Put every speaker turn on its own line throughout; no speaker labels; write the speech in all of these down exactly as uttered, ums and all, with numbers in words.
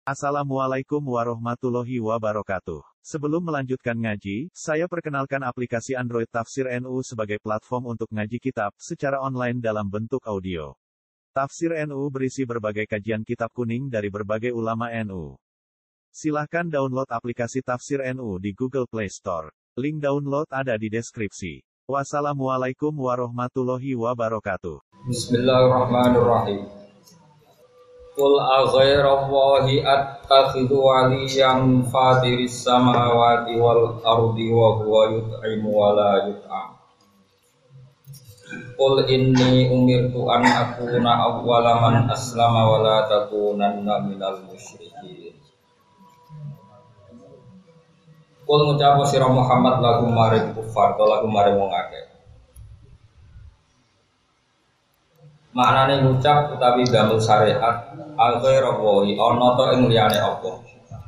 Assalamualaikum warahmatullahi wabarakatuh. Sebelum melanjutkan ngaji, saya perkenalkan aplikasi Android Tafsir N U sebagai platform untuk ngaji kitab secara online dalam bentuk audio. Tafsir N U berisi berbagai kajian kitab kuning dari berbagai ulama N U. Silahkan download aplikasi Tafsir N U di Google Play Store. Link download ada di deskripsi. Wassalamualaikum warahmatullahi wabarakatuh.
Bismillahirrahmanirrahim. Qul aghairallahi attakhidhu waliyan fatiris samawati wal ardi wa huwa yut'imu wa la yut'am. Qul inni umirtu an akuna awwala man aslama wa la takunanna minal musyrikin. Qul ngucap sira Muhammad lagu maring kufar to lagu maring wong akeh. Maknane ngucap utawi damel syariat al-ghairallahi ana ta ing liyane apa.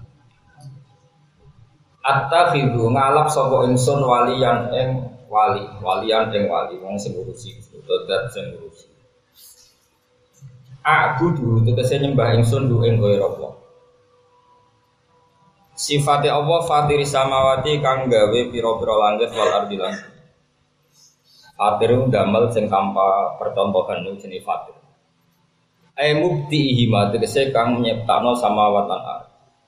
Attakhidhu ngalap sapa ingsun waliyan ing wali, waliyan ing wali wong sing ngurusi, dodot sing ngurusi. Aku dulu tegese nyembah ingsun du ing ghairallah. Sifate Allah fatiri samawati kang gawe pira-pira langit wal ardi lan. Fatir damel sing tanpa percontohan niku jenenge fatir. Ai mubti hima tegese kang nyiptakno samawat lan ardh.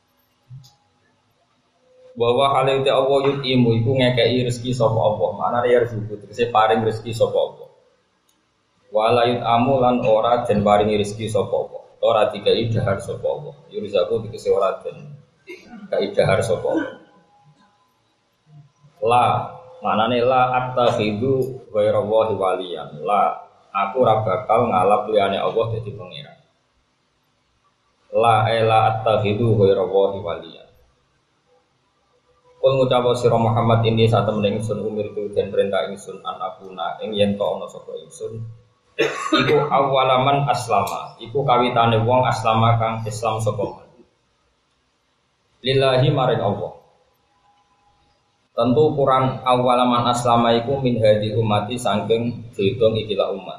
Bahwa hal itu Allah yutimu iku ngekeki rezeki sapa Allah. Manane ya rezeki tegese paring rezeki sapa Allah. Wala yutamu lan ora den paringi rezeki sapa Allah. Ora dikai dahar sapa Allah. Yurizaku tegese ora den kai dahar sapa Allah. La manane la attakhidhu ghairallahi waliyan. La aku ora bakal ngalap liyane Allah dadi pangeran. La ela attakhidhu ghairallahi waliyan. Kul ngucap sira Muhammad ini sak temene ingsun umirtu den perintah ingsun anakuna ing yen to ana sapa ingsun. Iku awalaman aslama, iku kawitane wong aslama kang Islam sapa. Lillahi maring Allah. Tentu ukuran awalaman aslama iku min hadi umati saking dihitung ikilah umat.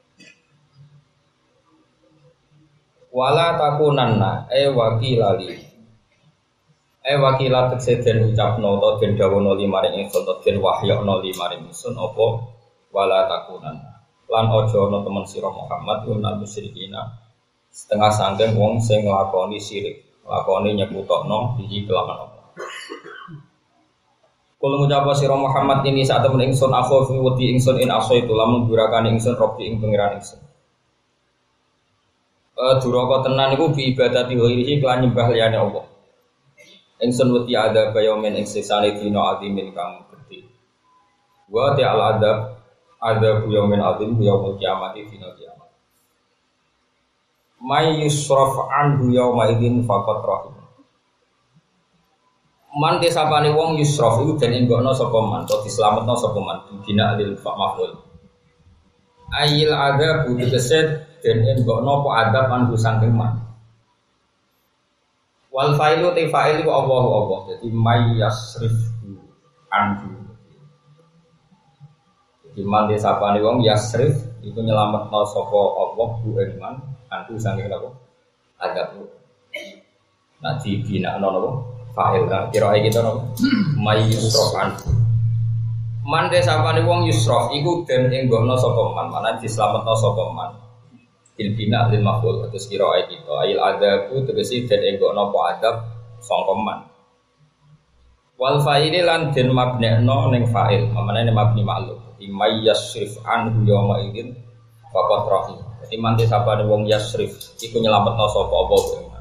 Wala takunanna e wakilali. E wakilat teksen ucapno to den dawono limaring ingsun to den wahyakno limaring ingsun apa wala takunanna. Lan aja ana temen sira Muhammad unal musyrikina. Setengah saking wong sing nglakoni syirik, nglakoni nyekutokno iki kelawan Allah. Kalau ngucap sira Muhammad ini saat temen ingsun akhofi wedi ingsun in asoi itu lamun durakan ingsun robbi ing pengiran ingsun. Eh duraka tenan iku bi ibadati ghairihi kelan nyembah liyane Allah. Ingsun wedi ada bayomen ing sesane dina azimin kang gedhe. Wa ta'al adab ada bayomen azim yaumul kiamat dina kiamat. May yusraf anhu yauma idzin faqat rahim. Man desapane wong yusraf iku den enggokno sapa man, to dislametno sapa man, dina lil maf'ul. Ayil ada butuh keset den enggokno apa adab anhu saking man. Wal failu te fa'il iku Allahu Allah. Jadi may yasrifu anhu. Jadi man desapane wong yasrif iku nyelametno sapa Allah bu man anhu saking apa? Adab. Nah di dina ono fa'il kan kira kita no may yusrof an man desapane wong yusrof iku den enggokno sapa man mana dislametno sapa man bil bina lil maf'ul terus kira kita ail adabu tegese den enggokno apa adab sangka man wal fa'il lan den mabnekno ning fa'il mamane mabni ma'lum di may yasrif an yauma idzin faqat rahim dadi man desapane wong yasrif iku nyelametno sapa apa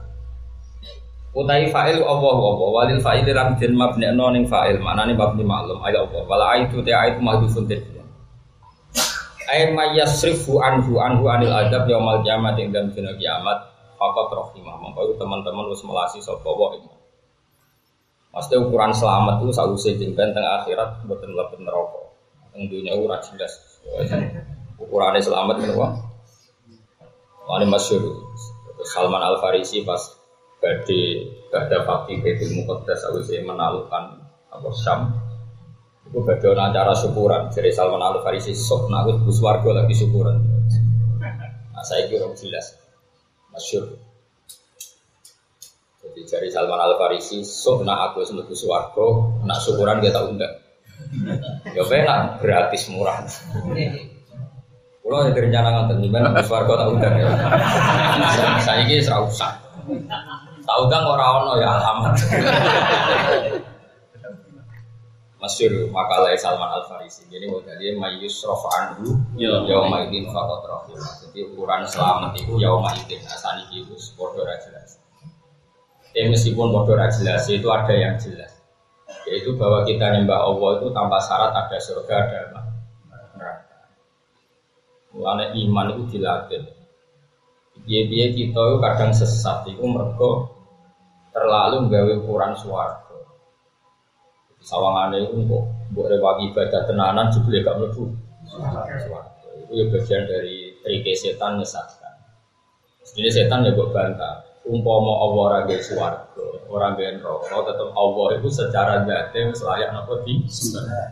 utai fa'il Allah Allah walil fa'il ram den mabni'no ning fa'il maknane mabni maklum ayo Allah wala aitu ta aitu mahdhufun tidya ay mayyasrifu anhu anhu anil adab yaumil qiyamah ing dalem dina kiamat faqat rahimah mongko teman-teman wis melasi sapa wae mesti ukuran selamat itu sausé jengben teng akhirat mboten mlebu neraka ing dunya ora jelas ukurane selamat menapa wani masyhur Salman Al Farisi pas badhe badhe fakih Baitul Muqaddas awise menalukan apa Syam iku badhe ana acara syukuran jare Salman Al Farisi sok nak wis swarga lagi syukuran. Nah saiki ora jelas masyhur Dari Salman Al Farisi, sok nak aku sembuh swarga, nak syukuran kita undang. Ya benar, gratis murah. Kalau ada rencana ngantar gimana swarga tak undang ya. Saya ini serau usah. Tak undang orang orang ya alamat. Masyhur makalah Salman Al Farisi. Jadi modalnya mayus rofa anhu yauma idin faqat rahim. Jadi ukuran selamat itu yauma idin asani itu bodoh jelas. Eh meskipun bodoh jelas itu ada yang jelas. Yaitu bahwa kita nyembah Allah itu tanpa syarat ada surga ada neraka. Mulane iman itu dilatih. Biaya-biaya kita itu kadang sesat itu mergo terlalu nggawe ukuran swarga. Sawangane itu kok mbok rewaki ibadah tenanan jebule gak mlebu swarga. Itu ya bagian dari trik setan menyesatkan. Jadi setan ya mbok bantah. Umpama Allah ora gawe swarga, ora gawe neraka, tetep Allah itu secara zate wis layak napa disembah.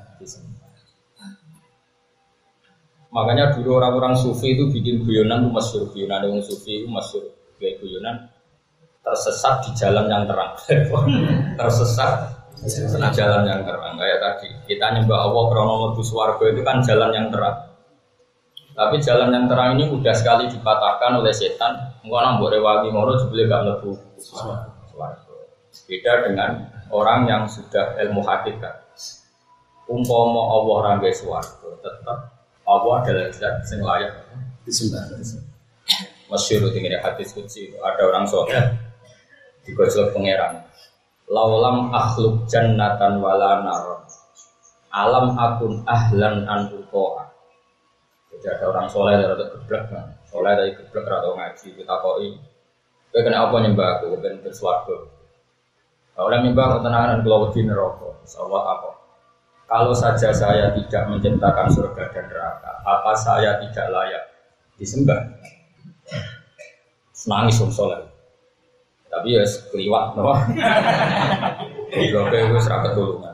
Makanya dulu orang-orang sufi itu bikin guyonan itu masyhur, guyonan orang sufi itu masyhur, kayak guyonan tersesat di jalan yang terang. Tersesat di jalan yang terang. Kayak tadi, kita nyembah Allah karena mlebu swarga itu kan jalan yang terang. Tapi jalan yang terang ini mudah sekali dipatahkan oleh setan. Engko nang mbok rewangi ngono jebule gak mlebu swarga. Beda dengan orang yang sudah ilmu hakikat. Umpama Allah ora gawe swarga, tetap Allah adalah zat sing layak disembah. Masyhur dengan hadis qudsi ada orang soleh digojlok pangeran. Laulam akhluk jannatan wala nar. Alam akun ahlan an uqa. Jadi ada orang soleh dari geblek kan. Soleh dari geblek atau ngaji kita koi. Kowe kena apa nyembah aku ben berswarga. Ora nyembah ketenangan kula wedi neraka. Insyaallah apa? Kalau saja saya tidak menciptakan surga dan neraka, apa saya tidak layak disembah? Nangis wong saleh. Tapi ya kliwat no. Goblok wis ra ketulungan.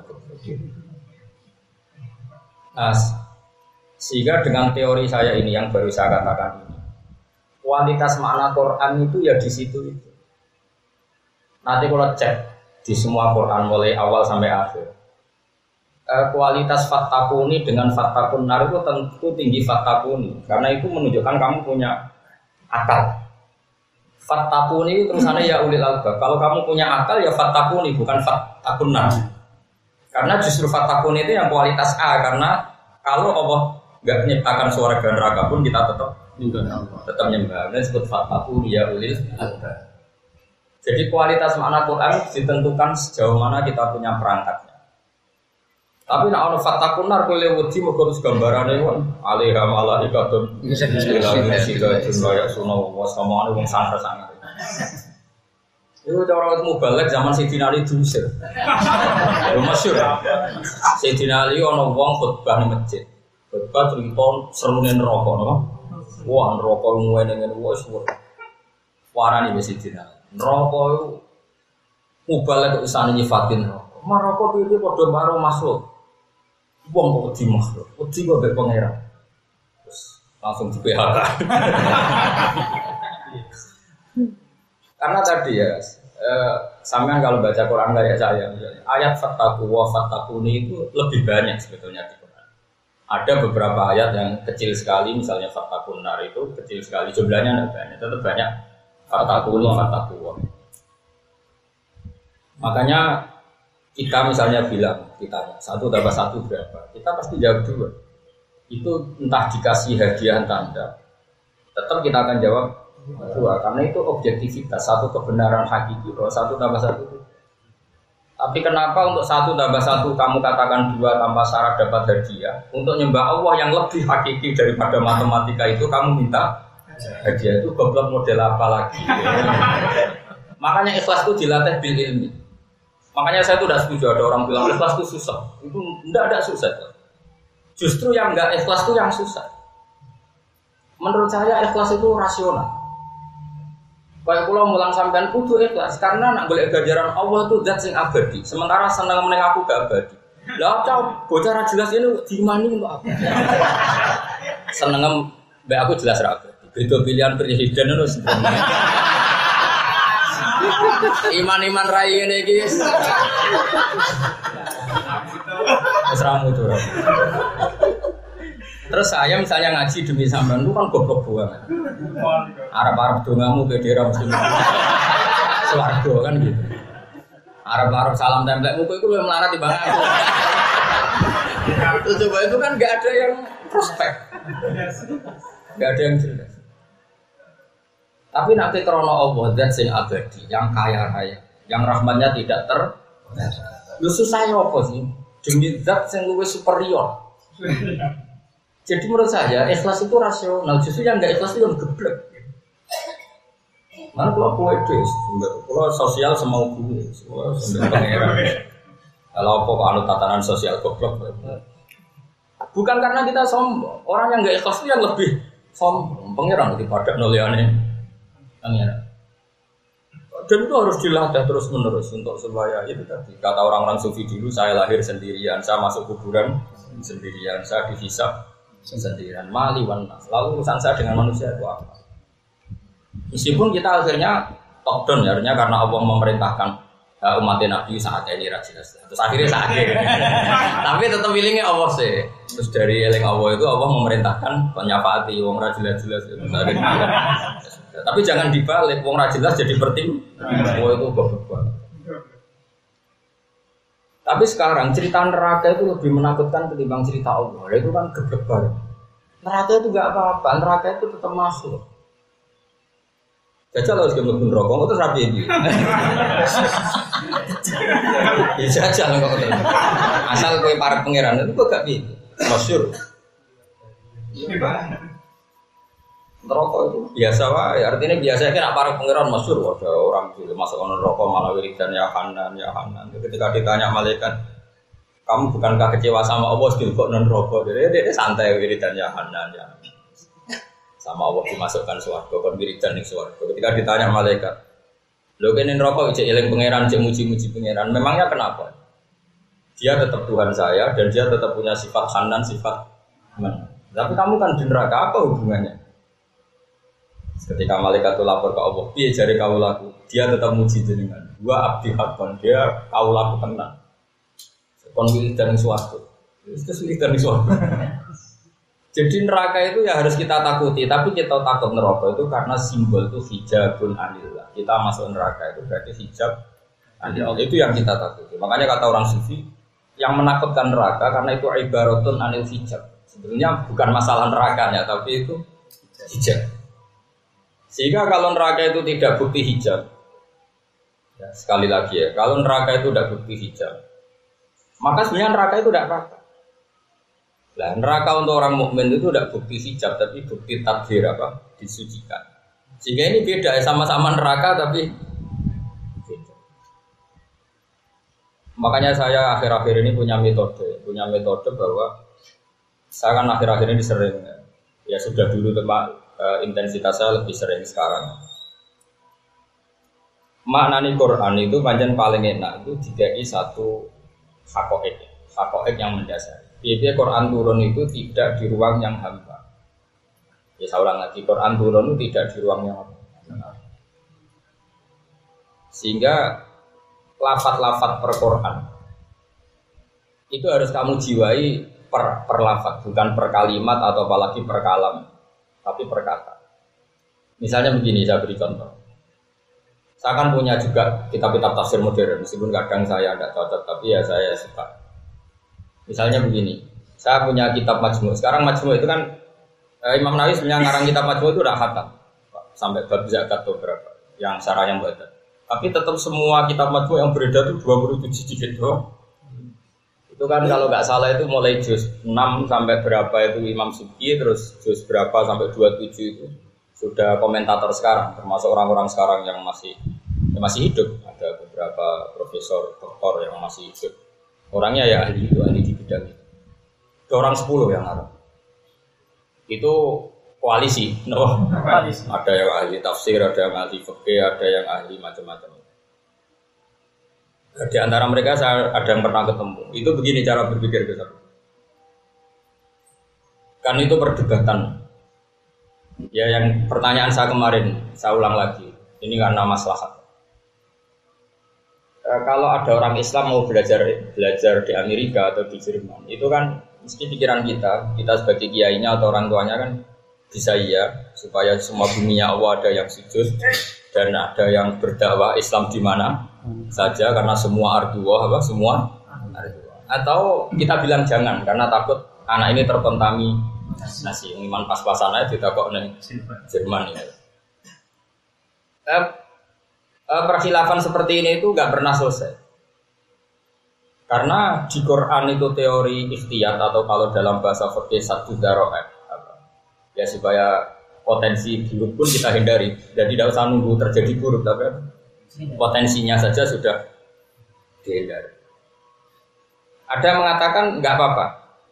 As sehingga dengan teori saya ini yang baru saya katakan ini, kualitas makna Quran itu ya di situ itu. Nanti kalau cek di semua Quran mulai awal sampai akhir. Kualitas fattakuni dengan fattakun nar itu tentu tinggi fattakuni karena itu menunjukkan kamu punya akal. Fattakuni itu terusannya ya ulil albab. Kalau kamu punya akal ya fattakuni bukan fattakun nar. Karena justru fattakuni itu yang kualitas A karena kalau Allah nggak menciptakan suara dan neraka pun kita tetap nyembah, tetap nyembah. Dan disebut fattakuni ya ulil albab. Jadi kualitas makna Quran ditentukan sejauh mana kita punya perangkatnya. Tapi nak ono fatakun nar kowe wedi mergo terus gambarane kon alaiha malaikatun bismillahirrahmanirrahim ya sunah wa samane wong sangar-sangar. Itu cara mubalek zaman Sayyidina Ali diusir. Yo masyhur. Sayyidina Ali ono wong khutbah ning masjid. Khutbah cerita serune neraka napa? Wah neraka ngene-ngene wis suwe. Warani wis Sayyidina. Neraka iku mubalek kok isane nyifatin neraka. Neraka piye padha karo makhluk. Wong kok wedi makhluk, wedi kok mbek pangeran. Terus langsung di P H K. Karena tadi ya, eh, sampean kalau baca Quran kayak saya misalnya, ayat fattaku wa fattakuni itu lebih banyak sebetulnya di Quran. Ada beberapa ayat yang kecil sekali, misalnya fattakun nar itu kecil sekali, jumlahnya tidak banyak, tetap banyak fattakuni, fattaku wa. Makanya kita misalnya bilang, kita satu tambah satu berapa? Kita pasti jawab dua. Itu entah dikasih hadiah tanda, tetap kita akan jawab dua. Karena itu objektivitas, satu kebenaran hakiki bahwa satu tambah satu. Tapi kenapa untuk satu tambah satu kamu katakan dua tanpa syarat dapat hadiah? Untuk nyembah Allah yang lebih hakiki daripada matematika itu kamu minta hadiah itu goblok model apa lagi? Makanya ikhlas itu dilatih bil ilmi. Makanya saya tuh tidak setuju ada orang bilang ikhlas itu susah. Itu tidak ada susah. Justru yang enggak ikhlas itu yang susah. Menurut saya ikhlas itu rasional. Kayak kalau mulang sampean kudu ikhlas karena nak golek ganjaran Allah itu zat sing abadi. Sementara seneng meneng aku gak abadi. Lah cah bocah jelas ini dimani untuk apa? Seneng mbak aku jelas ra abadi. Beda pilihan presiden itu sebenarnya. Iman-iman rai ini guys. Mesramu tuh. Terus saya misalnya ngaji demi sampean lu kan goblok banget. Arab-arab dongamu ke daerah muslim. Swarga kan gitu. Arab-arab salam templekmu kok iku luwih melarat di bang aku. Terus coba itu kan enggak ada yang prospek. Enggak ada yang jelas. Tapi nanti krono Allah zat sing abadi, yang kaya raya, yang rahmatnya tidak ter. Lu susah ya apa sih? Demi zat sing luwih superior. Jadi menurut saya ikhlas itu rasional, justru yang enggak ikhlas itu yang geblek. Mana kalau poetis, kalau sosial semau gue, semua sudah pangeran. Kalau kok anut tatanan sosial goblok, bukan karena kita sombong, orang yang enggak ikhlas itu yang lebih sombong, pangeran daripada noliane pangeran. Dan itu harus dilatih terus menerus untuk supaya itu tadi kata orang-orang sufi dulu, saya lahir sendirian, saya masuk kuburan sendirian, saya dihisab sendirian, mali wan nas. Lalu urusan saya dengan manusia itu apa? Meskipun kita akhirnya top down ya, artinya karena Allah memerintahkan uh, umat Nabi saat ini jelas. Terus akhirnya saat ini. Tapi tetap pilihnya Allah sih. Terus dari eling Allah itu Allah memerintahkan penyafaati wong ra jelas-jelas itu. Tapi jangan dibalik, wong ra jelas jadi bertim. Oh itu goblok banget. Tapi sekarang cerita neraka itu lebih menakutkan ketimbang cerita Allah. Itu kan geblek banget. Neraka itu enggak apa-apa, neraka itu tetap masuk. Jajal harus kemlebu neraka, itu rapi ini. Ya jajal kok. Asal kowe para pangeran itu kok gak piye. Masyhur. Neraka itu biasa wae, artinya biasa kan para pangeran masyhur ada orang masuk neraka malah wiridan ya Hanan ya Hanan. Ketika ditanya malaikat, kamu bukankah kecewa sama Allah sedih kok neraka? Jadi dia santai wiridan ya Hanan ya. Sama Allah dimasukkan swarga kon wiridan ning swarga. Ketika ditanya malaikat, lho kene neraka ijek eling pangeran, ijek muji-muji pangeran. Memangnya kenapa? Dia tetap Tuhan saya dan dia tetap punya sifat Hanan, sifat Hanan. Tapi kamu kan di neraka, apa hubungannya? Ketika malaikat itu lapor ke Allah, piye jare kawulaku? Dia tetap muji jenengan. Dua abdi hakon, dia kawulaku tenang. Kon wiridan ning swarga. Terus wiridan ning swarga. Jadi neraka itu ya harus kita takuti, tapi kita takut neraka itu karena simbol itu hijabun anillah. Kita masuk neraka itu berarti hijab anillah. Itu yang kita takuti. Makanya kata orang sufi, yang menakutkan neraka karena itu ibaratun anil hijab. Sebenarnya bukan masalah nerakanya, tapi itu hijab. Sehingga kalau neraka itu tidak bukti hijab, ya, sekali lagi ya, kalau neraka itu tidak bukti hijab, maka sebenarnya neraka itu tidak apa-apa. Nah, neraka untuk orang mukmin itu tidak bukti hijab, tapi bukti takdir apa? Disucikan. Sehingga ini beda, sama-sama neraka tapi beda. Makanya saya akhir-akhir ini punya metode, punya metode bahwa saya kan akhir-akhir ini sering, ya sudah dulu tempat uh, intensitas saya lebih sering sekarang. Maknani Quran itu panjang paling enak itu dikai satu hakoek, hakoek yang mendasar. Jadi Quran turun itu tidak di ruang yang hampa. Ya saya ulang lagi, Quran turun itu tidak di ruang yang hampa. Sehingga lafaz-lafaz per Quran itu harus kamu jiwai per, per lafaz, bukan per kalimat atau apalagi per kalam, tapi per kata. Misalnya begini, saya beri contoh. Saya kan punya juga kitab-kitab tafsir modern, meskipun kadang saya tidak cocok, tapi ya saya suka. Misalnya begini, saya punya kitab Majmu'. Sekarang Majmu' itu kan eh, Imam Nawawi sebenarnya ngarang kitab Majmu' itu udah khatam sampai bab zakat beberapa yang syarah yang badan. Tapi tetap semua kitab Majmu' yang beredar itu dua puluh tujuh jilid doang. Itu kan kalau nggak salah itu mulai juz enam sampai berapa itu Imam Subki, terus juz berapa sampai dua puluh tujuh itu sudah komentator sekarang, termasuk orang-orang sekarang yang masih yang masih hidup. Ada beberapa profesor, doktor yang masih hidup. Orangnya ya ahli itu, ahli di bidang itu. Ada orang sepuluh yang ngarang. Itu koalisi, no? Koalisi. Ada yang ahli tafsir, ada yang ahli fikih, ada yang ahli macam-macam. Di antara mereka saya ada yang pernah ketemu. Itu begini cara berpikir kita. Kan itu perdebatan. Ya yang pertanyaan saya kemarin, saya ulang lagi. Ini karena maslahat. e, kalau ada orang Islam mau belajar belajar di Amerika atau di Jerman, itu kan mesti pikiran kita, kita sebagai kiainya atau orang tuanya kan bisa iya supaya semua dunia Allah ada yang sujud dan ada yang berdakwah Islam di mana saja karena semua ardua apa semua ardua. Atau kita bilang jangan karena takut anak ini terkontaminasi iman pas-pasan aja ditakok nang Jerman ya. Eh, eh, perkhilafan seperti ini itu nggak pernah selesai karena di Quran itu teori ikhtiyat atau kalau dalam bahasa fikih satu daro'at ya supaya potensi buruk pun kita hindari dan tidak usah nunggu terjadi buruk tapi potensinya saja sudah dihindari. Ada yang mengatakan nggak apa-apa.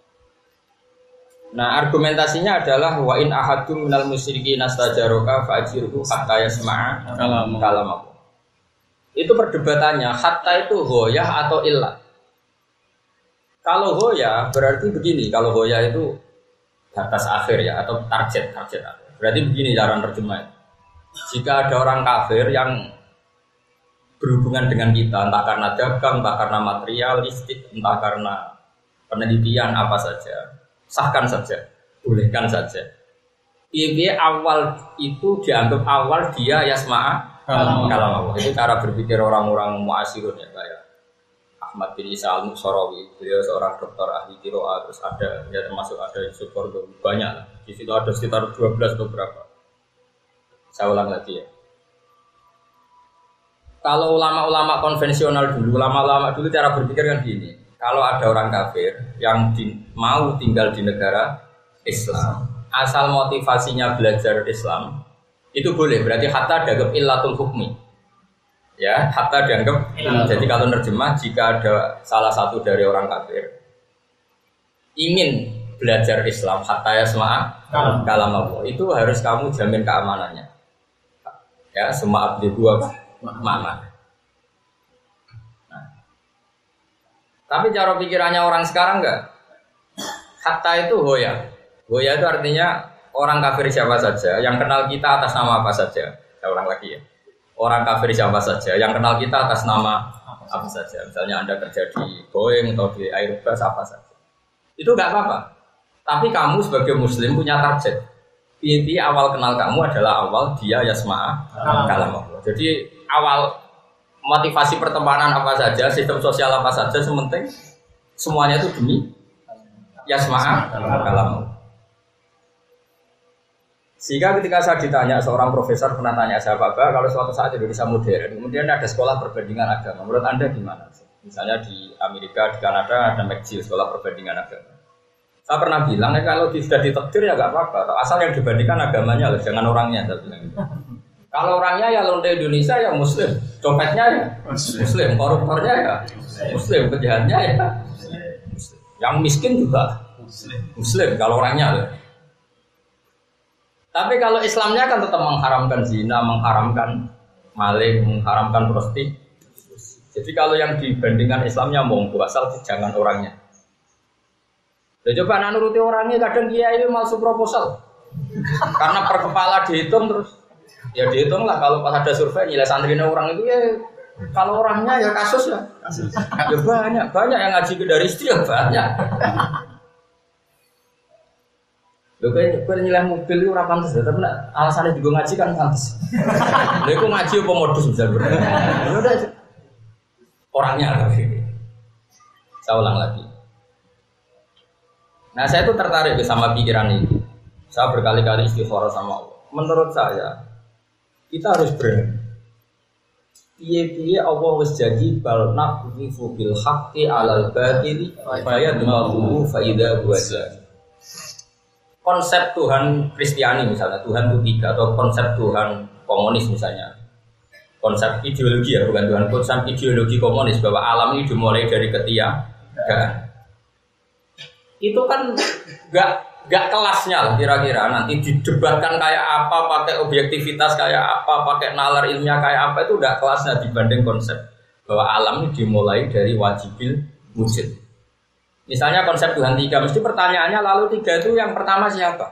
Nah argumentasinya adalah wa in ahadum minal musyrikin nastajaroka fa'ajirhu hatta yasma'a kalamahu. Itu perdebatannya hatta itu hoyah atau illah. Kalau hoyah berarti begini, kalau hoyah itu batas akhir ya atau target target akhir. Berarti begini cara terjemah. Jika ada orang kafir yang berhubungan dengan kita entah karena dagang, entah karena materialistik, entah karena penelitian apa saja, sahkan saja, bolehkan saja. Ini awal itu dianggap awal dia yasma'a kalau Allah. Itu cara berpikir orang-orang mu'asirun ya kayak Ahmad bin Isa al-Muqsarawi, beliau seorang dokter ahli qiraat, terus ada ya termasuk ada Yusuf Qaradawi, banyak lah. Di situ ada sekitar dua belas beberapa. Saya ulang lagi ya. Kalau ulama-ulama konvensional dulu, ulama-ulama dulu cara berpikir kan gini. Kalau ada orang kafir yang di, mau tinggal di negara Islam, asal motivasinya belajar Islam, itu boleh. Berarti hatta dianggap illatul hukmi. Ya, hatta dianggap hmm. Jadi kalau nerjemah jika ada salah satu dari orang kafir ingin belajar Islam hatta yasma'a kalam Allah, itu harus kamu jamin keamanannya. Ya, semua abdi dua mana. Nah. Tapi cara pikirannya orang sekarang enggak. Hatta itu hoya. Hoya itu artinya orang kafir siapa saja yang kenal kita atas nama apa saja. Saya ulang lagi ya. Orang kafir siapa saja yang kenal kita atas nama apa saja. Misalnya Anda kerja di Boeing atau di Airbus apa saja. Itu enggak apa-apa. Tapi kamu sebagai muslim punya target. Inti awal kenal kamu adalah awal dia yasma'a kalam Allah. Jadi awal motivasi pertemanan apa saja, sistem sosial apa saja, sementing semuanya itu demi yasma'a kalam Allah. Sehingga ketika saya ditanya, seorang profesor pernah tanya saya, Pak, kalau suatu saat Indonesia modern, kemudian ada sekolah perbandingan agama, menurut Anda gimana? Misalnya di Amerika, di Kanada ada McGill, sekolah perbandingan agama. Saya pernah bilang, ya kalau sudah ditakdir ya nggak apa-apa, asal yang dibandingkan agamanya loh, jangan orangnya. Saya bilang gitu. Kalau orangnya ya lonte Indonesia ya Muslim, copetnya ya Muslim, koruptornya ya Muslim, penjahatnya ya Muslim. Yang miskin juga Muslim, kalau orangnya loh. Tapi kalau Islamnya kan tetap mengharamkan zina, mengharamkan maling, mengharamkan prostitusi. Jadi kalau yang dibandingkan Islamnya monggo asal jangan orangnya. Ya coba anak nuruti orangnya, kadang kiai itu masuk proposal. Karena per kepala dihitung terus. Ya dihitung lah kalau pas ada survei nilai santrinya orang itu ya kalau orangnya ya kasus ya. Ya banyak, banyak yang ngaji ke dari istri ya banyak. Lho kowe nilai mobil itu ora pantes, tapi alasannya juga ngaji kan pantes. Lha iku ngaji apa modus bisa bener. Ya udah orangnya tapi. Saya ulang lagi. Nah, saya itu tertarik sama pikiran itu. Saya berkali-kali istikharah sama Allah. Menurut saya kita harus berani. Piye-piye Allah wis janji bal naqfu bil haqqi 'alal batili fa yadmahu fa idza huwa jahil. Konsep Tuhan Kristiani misalnya, Tuhan itu tiga, atau konsep Tuhan komunis misalnya, konsep ideologi ya, bukan Tuhan, konsep ideologi komunis bahwa alam ini dimulai dari ketiadaan. Itu kan gak, gak kelasnya lah kira-kira, nanti didebatkan kayak apa, pakai objektivitas kayak apa, pakai nalar ilmiah kayak apa, itu gak kelasnya dibanding konsep bahwa alam ini dimulai dari wajibil wujud. Misalnya konsep Tuhan tiga, mesti pertanyaannya lalu tiga itu yang pertama siapa?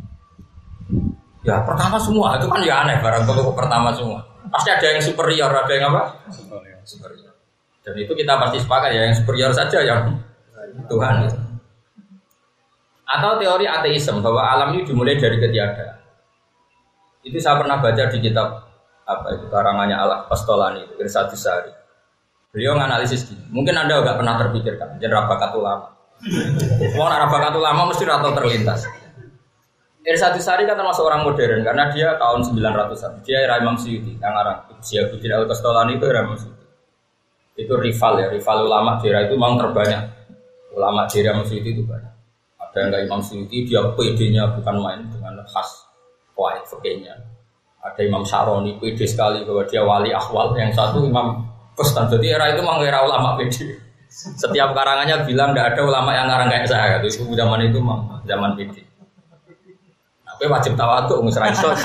Ya pertama semua, itu kan ya aneh barang kalau pertama semua. Pasti ada yang superior, ada yang apa? Superior. superior. Dan itu kita pasti sepakat ya, yang superior saja yang Tuhan. Gitu. Atau teori ateisme bahwa alam ini dimulai dari ketiadaan. Itu saya pernah baca di kitab apa itu karangannya Al-Qastolani, Irsyadus Sari. Beliau menganalisis gini. Mungkin Anda enggak pernah terpikirkan, jadi bakat ulama. Mau arah bakat ulama mesti rata terlintas. Irsyadus Sari kan termasuk orang modern karena dia tahun sembilan ratusan. Dia era Imam Suyuti, yang arah Syiabuddin Al-Qastolani itu era Imam Suyuti. Itu rival ya, rival ulama di era itu memang terbanyak. Ulama di era Imam Suyuti itu banyak. Ada yang enggak Imam Suyuti, dia P D-nya bukan main dengan khas kuat fakihnya. Ada Imam Syaroni P D sekali bahwa dia wali ahwal, yang satu Imam Kustan. Jadi era itu memang era ulama P D. Setiap karangannya bilang tidak ada ulama yang ngarang kayak saya. Itu zaman itu memang zaman P D. Tapi wajib tawaduk ngusrai sos.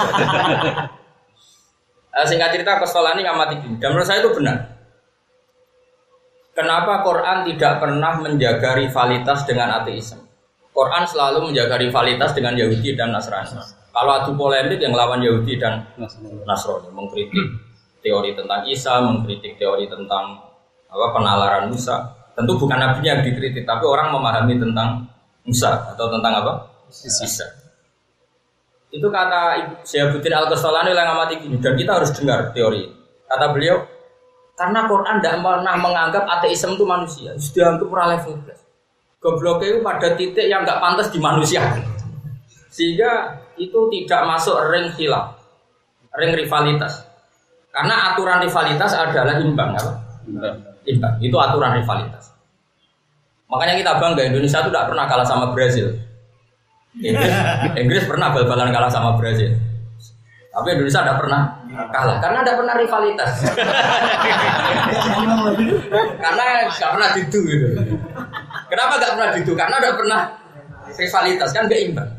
Singkat cerita Qastolani ngamati gini. Dan menurut saya itu benar. Kenapa Quran tidak pernah menjaga rivalitas dengan ateisme? Quran selalu menjaga rivalitas dengan Yahudi dan Nasrani. Kalau adu polemik yang lawan Yahudi dan Nasrani, mengkritik teori tentang Isa, mengkritik teori tentang apa penalaran Musa. Tentu bukan nabinya yang dikritik, tapi orang memahami tentang Musa atau tentang apa? Isa. Itu kata Syiabuddin Al-Qastolani yang ngamati gini, dan kita harus dengar teori. Kata beliau, karena Quran tidak pernah menganggap ateisme itu manusia, sudah anggap ora level plus. Gobloknya itu pada titik yang nggak pantas di manusia, sehingga itu tidak masuk ring khilaf, ring rivalitas. Karena aturan rivalitas adalah imbang, apa? Imbang. Itu aturan rivalitas. Makanya kita bangga Indonesia itu tidak pernah kalah sama Brazil. Inggris, Inggris pernah bal-balan kalah sama Brazil. Tapi Indonesia tidak pernah kalah karena tidak pernah rivalitas. Karena tidak pernah didu gitu. Kenapa tidak pernah didu? Karena tidak pernah rivalitas, kan nggak imbang.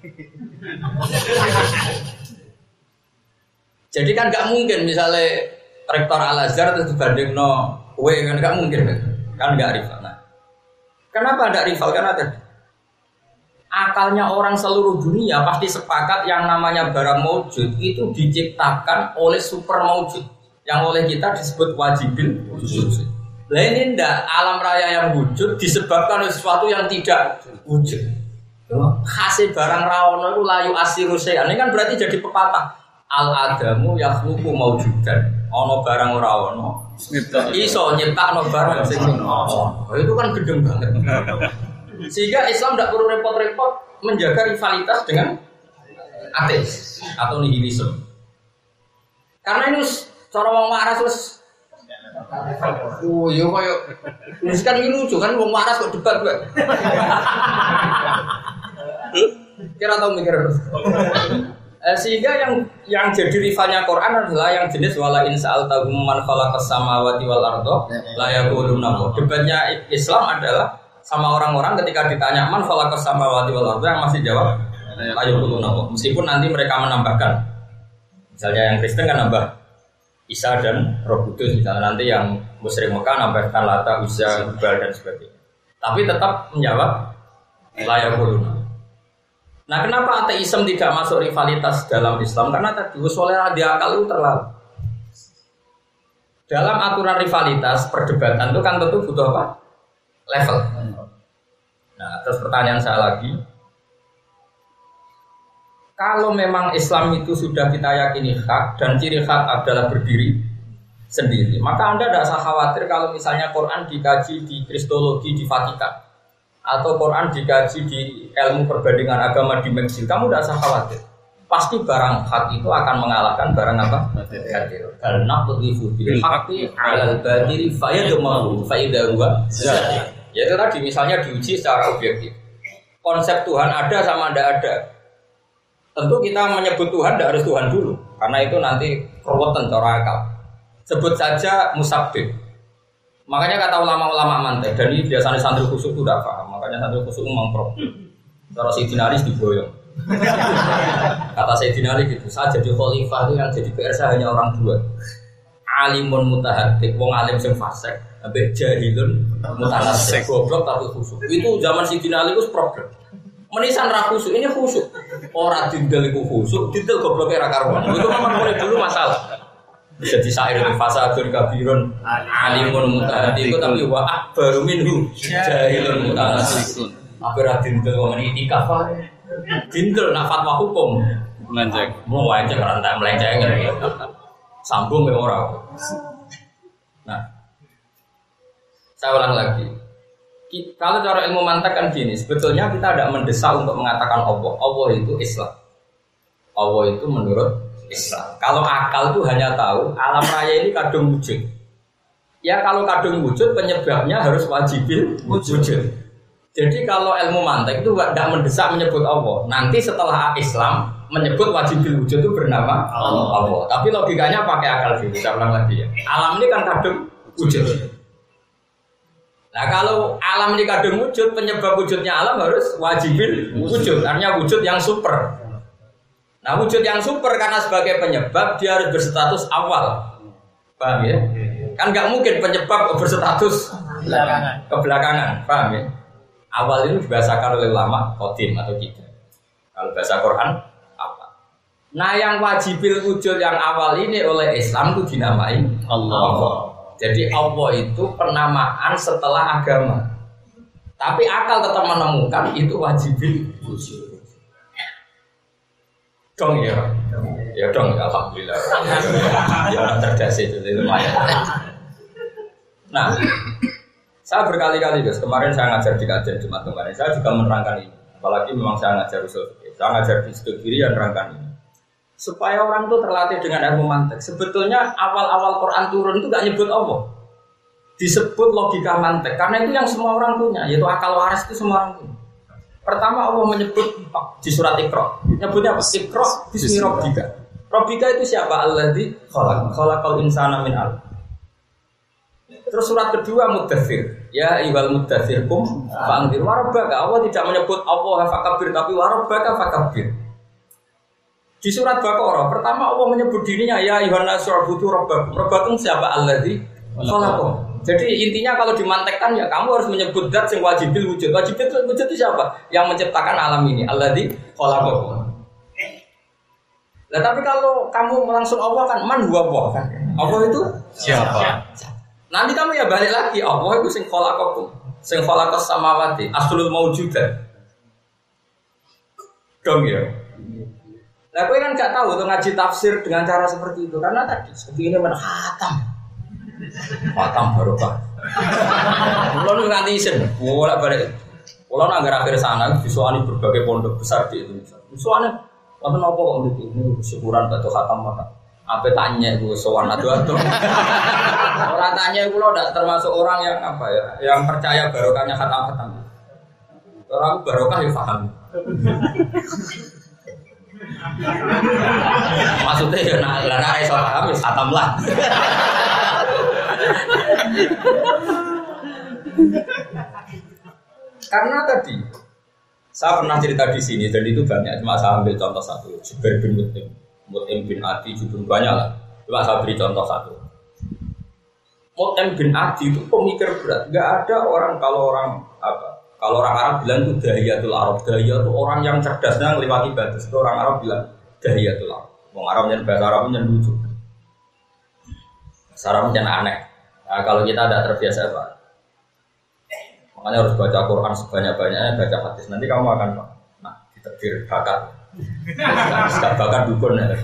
Jadi kan nggak mungkin misalnya rektor Al-Azhar terus dibanding no W kan nggak mungkin kan nggak rival. Nah, kenapa ada rival? Karena tadi akalnya orang seluruh dunia pasti sepakat yang namanya barang maujud itu diciptakan oleh super maujud yang oleh kita disebut wajibil wujud. Nah ini ndak alam raya yang wujud disebabkan oleh sesuatu yang tidak wujud. Hasil barang rawono itu layu asiru sayan. Ini kan berarti jadi pepatah. Al adamu yakhluqu maujudan. Ono barang ora ono. Iso nyiptakno barang sing ono. Itu kan gedeng banget. Sehingga Islam tidak perlu repot-repot menjaga rivalitas dengan ateis atau nihilisme. Karena ini cara wong waras wis oh yo koyo wis kan iki lucu kan wong waras kok debat kok. Kira tau mikir terus. Eh, sehingga yang yang jadi rivalnya Quran adalah yang jenis wala in sa'altahum man khalaqas samawati wal arda la yaquluna. Debatnya Islam adalah sama orang-orang ketika ditanya man khalaqas samawati wal arda yang masih jawab la yaquluna. Meskipun nanti mereka menambahkan. Misalnya yang Kristen kan nambah Isa dan Roh Kudus, misalnya nanti yang musyrik Mekah nambahkan Lata, Uzza, Hubal dan sebagainya. Tapi tetap menjawab la yaquluna. Nah, kenapa ateisme tidak masuk rivalitas dalam Islam? Karena tadi usul di akal itu terlalu. Dalam aturan rivalitas perdebatan itu kan tentu butuh apa? Level. Nah, terus pertanyaan saya lagi, kalau memang Islam itu sudah kita yakini hak dan ciri hak adalah berdiri sendiri, maka Anda tidak usah khawatir kalau misalnya Quran dikaji di Kristologi di Vatikan atau Quran dikaji di ilmu perbandingan agama di Meksiko, kamu tidak usah khawatir. Pasti barang hak itu akan mengalahkan barang apa? Batil. Karena begitu bil haqqi 'alal batil fa yadmaru fa idza huwa zahir. Ya itu tadi misalnya diuji secara objektif. Konsep Tuhan ada sama tidak ada. Tentu kita menyebut Tuhan tidak harus Tuhan dulu, karena itu nanti keruwetan cara akal. Sebut saja musabbih. Makanya kata ulama-ulama mantek, dan ini biasanya santri khusyuk itu tidak paham. Makanya santri khusyuk memang pro. Cara Sayyidina Ali diboyong. Kata Sayyidina Ali gitu, saya jadi khalifah itu yang jadi P R saya hanya orang dua. Alimun mutahadik, wong alim sing fasik, ambek jahilun mutanasik, goblok tapi khusyuk. Itu zaman Sayyidina Ali itu problem. Menisan ra khusyuk, ini khusyuk. Ora dindel iku khusyuk, dindel goblok era karuan. Itu memang mulai dulu masalah. Jadi syair fasadun kabirun alimun mutahati itu tapi wa akbaru minhu jahilun mutahasikun. Aku ora dintel wong itikaf wae. Dintel nak fatwa hukum. Melenceng. Mau melenceng ora tak melenceng ngene. Sambung ya ora. Nah. Saya ulang lagi. Kalau cara ilmu mantek kan gini, sebetulnya kita tidak mendesak untuk mengatakan Allah. Allah itu Islam. Allah itu menurut Islam. Kalau akal itu hanya tahu alam raya ini kadung wujud. Ya kalau kadung wujud penyebabnya harus wajibil wujud. Jadi kalau ilmu mantek itu tidak mendesak menyebut Allah. Nanti setelah Islam menyebut wajibil wujud itu bernama Allah. Allah. Tapi logikanya pakai akal dulu. Saya ulang lagi ya. Alam ini kan kadung wujud. Nah kalau alam ini kadung wujud, penyebab wujudnya alam harus wajibil wujud. Artinya wujud yang super. Nah wujud yang super karena sebagai penyebab dia harus berstatus awal. Paham ya? Kan nggak mungkin penyebab berstatus belakangan. Kebelakangan. Paham ya? Awal ini dibahasakan oleh ulama qadim atau tidak. Kalau bahasa Quran apa? Nah yang wajibil wujud yang awal ini oleh Islam itu dinamai Allah. Allah. Jadi Allah itu penamaan setelah agama. Tapi akal tetap menemukan itu wajibil wujud. Dong ya, ya dong, alhamdulillah. Ya orang cerdas itu lumayan. Nah, saya berkali-kali guys, kemarin saya ngajar di kajian Jumat kemarin, saya juga menerangkan ini. Apalagi memang saya ngajar usul fikih, saya ngajar di studi kiri yang menerangkan ini. Supaya orang itu terlatih dengan ilmu mantek. Sebetulnya awal-awal Quran turun itu gak nyebut Allah, disebut logika mantek, karena itu yang semua orang punya, yaitu akal waras itu semua orang punya. Pertama Allah menyebut di surat Iqra. Nyebutnya apa? Iqra bismi rabbika. Rabbika itu siapa? Alladzi khalaq. Khalaqal insana min 'alaq. Terus surat kedua Muddatsir. Ya ayyuhal muddatsir qum fa'anzir wa rabbaka. Allah tidak menyebut Allah fakabbir tapi wa rabbaka fakabbir. Di surat Baqarah pertama Allah menyebut dirinya ya ayyuhan nasu ubudu rabbakum. Rabbakum siapa? Alladzi khalaqakum. Jadi intinya kalau dimantekkan ya kamu harus menyebut zat yang wajibil wujud. Wajibil wujud itu siapa? Yang menciptakan alam ini. Alladzi khalaqakum. Nah tapi kalau kamu langsung Allah kan man huwa Allah kan. Allah itu siapa? Nanti kamu ya balik lagi Allah itu sing khalaqakum. Sing khalaqas samawati aslul maujudat. Dong ya. Nah kowe kan enggak tahu tuh ngaji tafsir dengan cara seperti itu karena tadi seperti ini menhatam. Patam barokah. Kulo nu nganti isin, bolak-balik. Kulo nang akhir sana disuani berbagai pondok besar di Indonesia. Disuani wonten apa kok mriki ini syukuran batu khatam mata. Apa tanya iku sowan ado-ado. Ora tanya kulo ndak termasuk orang yang apa ya, yang percaya barokahnya khatam-khatam. Orang barokah ya paham. Maksudnya ya nak lara iso paham wis khatam lah. Karena tadi saya pernah cerita di sini dan itu banyak, cuma saya ambil contoh satu. Jubair bin Mut'im, Mut'im bin Adi, Jubair banyak lah. Cuma saya beri contoh satu. Mut'im bin Adi itu pemikir berat. Gak ada orang kalau orang apa? Kalau orang Arab bilang itu dahiyatul Arab. Dahiyah itu orang yang cerdasnya melewati batas. Itu orang Arab bilang dahiyatul Arab. Orang Arab yang bahasa Arabnya lucu. Bahasa Arabnya aneh. Nah, kalau kita tidak terbiasa Pak, makanya harus baca Quran sebanyak-banyaknya, baca hadis. Nanti kamu akan nah, diterbir bakat. Gak bakat dukun ya.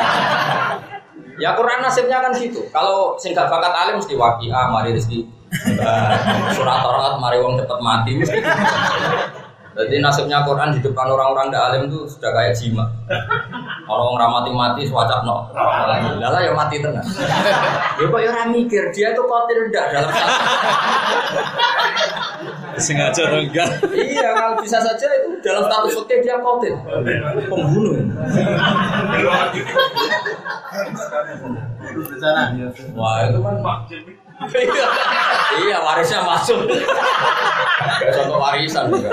Ya Quran nasibnya kan gitu. Kalau singkat bakat alim mesti waqiah, mari rezeki. Surat Torat, mari wong cepet mati. Mesti. Jadi nasibnya Quran di depan orang-orang tidak alim itu sudah kayak jima. Kalau orang mati-mati swacak no. Lala ya mati tenang. Ya kok ya orang mikir dia itu kotil ndak dalam satu.
Sengaja enggak.
Iya kalau bisa saja itu dalam status fikih dia kotil. Pembunuh. Wah itu kan Pak. Iya warisnya masuk. Kayak contoh warisan juga.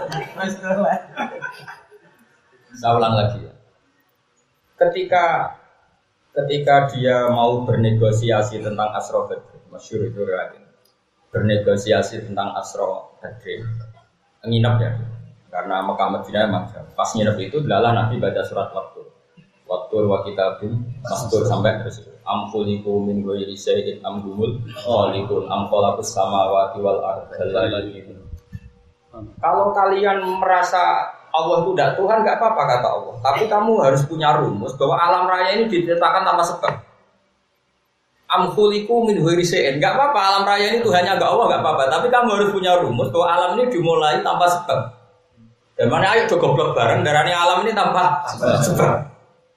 Saya ulang lagi ya. Ketika ketika dia mau bernegosiasi tentang Asra Badr, masyhur itu riwayat. Bernegosiasi tentang Asra Badr. Nginep ya. Karena Mekah Madinah macam. Pas nginep itu adalah Nabi baca surat Waktu. Waktu wa kitabim mastur sampai terus. am khuliqu min ghairi syai'in am humul khaliqun am khalaqus samawati wal arda. Kalau kalian merasa Allah itu tidak Tuhan, nggak apa-apa kata Allah. Tapi kamu harus punya rumus bahwa alam raya ini diciptakan tanpa sebab. Am khuliqu min ghairi syai'in, nggak apa-apa alam raya ini Tuhannya nggak Allah, nggak apa-apa. Tapi kamu harus punya rumus bahwa alam ini dimulai tanpa sebab. Dan mana ayo goblok bareng darahnya alam ini tanpa sebab.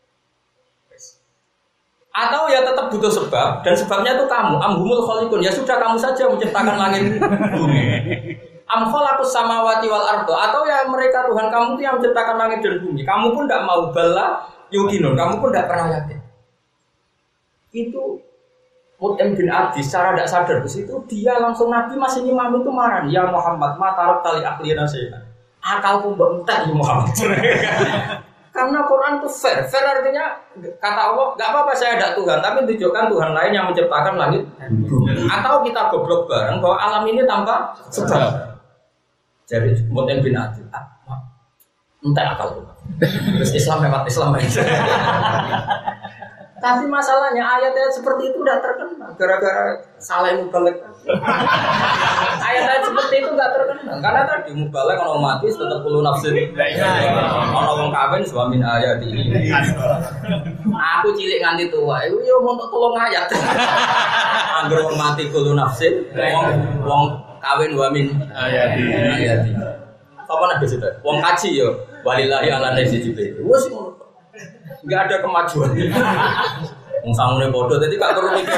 Atau ya tetap butuh sebab dan sebabnya itu kamu. Am humul khaliqun, ya sudah kamu saja menciptakan langit bumi. Am khalaqus samawati wal arda, atau ya mereka Tuhan kamu itu yang menciptakan langit dan bumi. Kamu pun tidak mau bala yukinun, kamu pun tidak pernah yakin. Itu Mut'im bin Adi secara tidak sadar di situ dia langsung Nabi masih nyimam itu marah. Ya Muhammad, matarok tali aklina saya. Akalku bentar ya Muhammad. Karena Quran itu fair, fair artinya kata Allah, nggak apa-apa saya ada Tuhan, tapi tunjukkan Tuhan lain yang menciptakan langit. Atau kita goblok bareng bahwa alam ini tanpa sebab. Jadi Mut'im bin Adi, ah, entah akal itu. Terus Islam lewat Islam aja. Tapi masalahnya ayat-ayat seperti itu udah terkenal gara-gara salah mubalek. Ayat-ayat seperti itu nggak terkenal karena tadi mubalek kalau mati tetap perlu nafsin. Kalau orang kawin suamin ayat ini. Aku cilik nganti tua, itu yo mau tolong ayat. Angger wong mati perlu nafsin, wong wong kawin wamin ayat ayat. Apa nak besok? Wong kaji yo walillahi ala nasi jibe. Wes nggak ada kemajuan. Wong sangune bodoh tadi gak perlu mikir.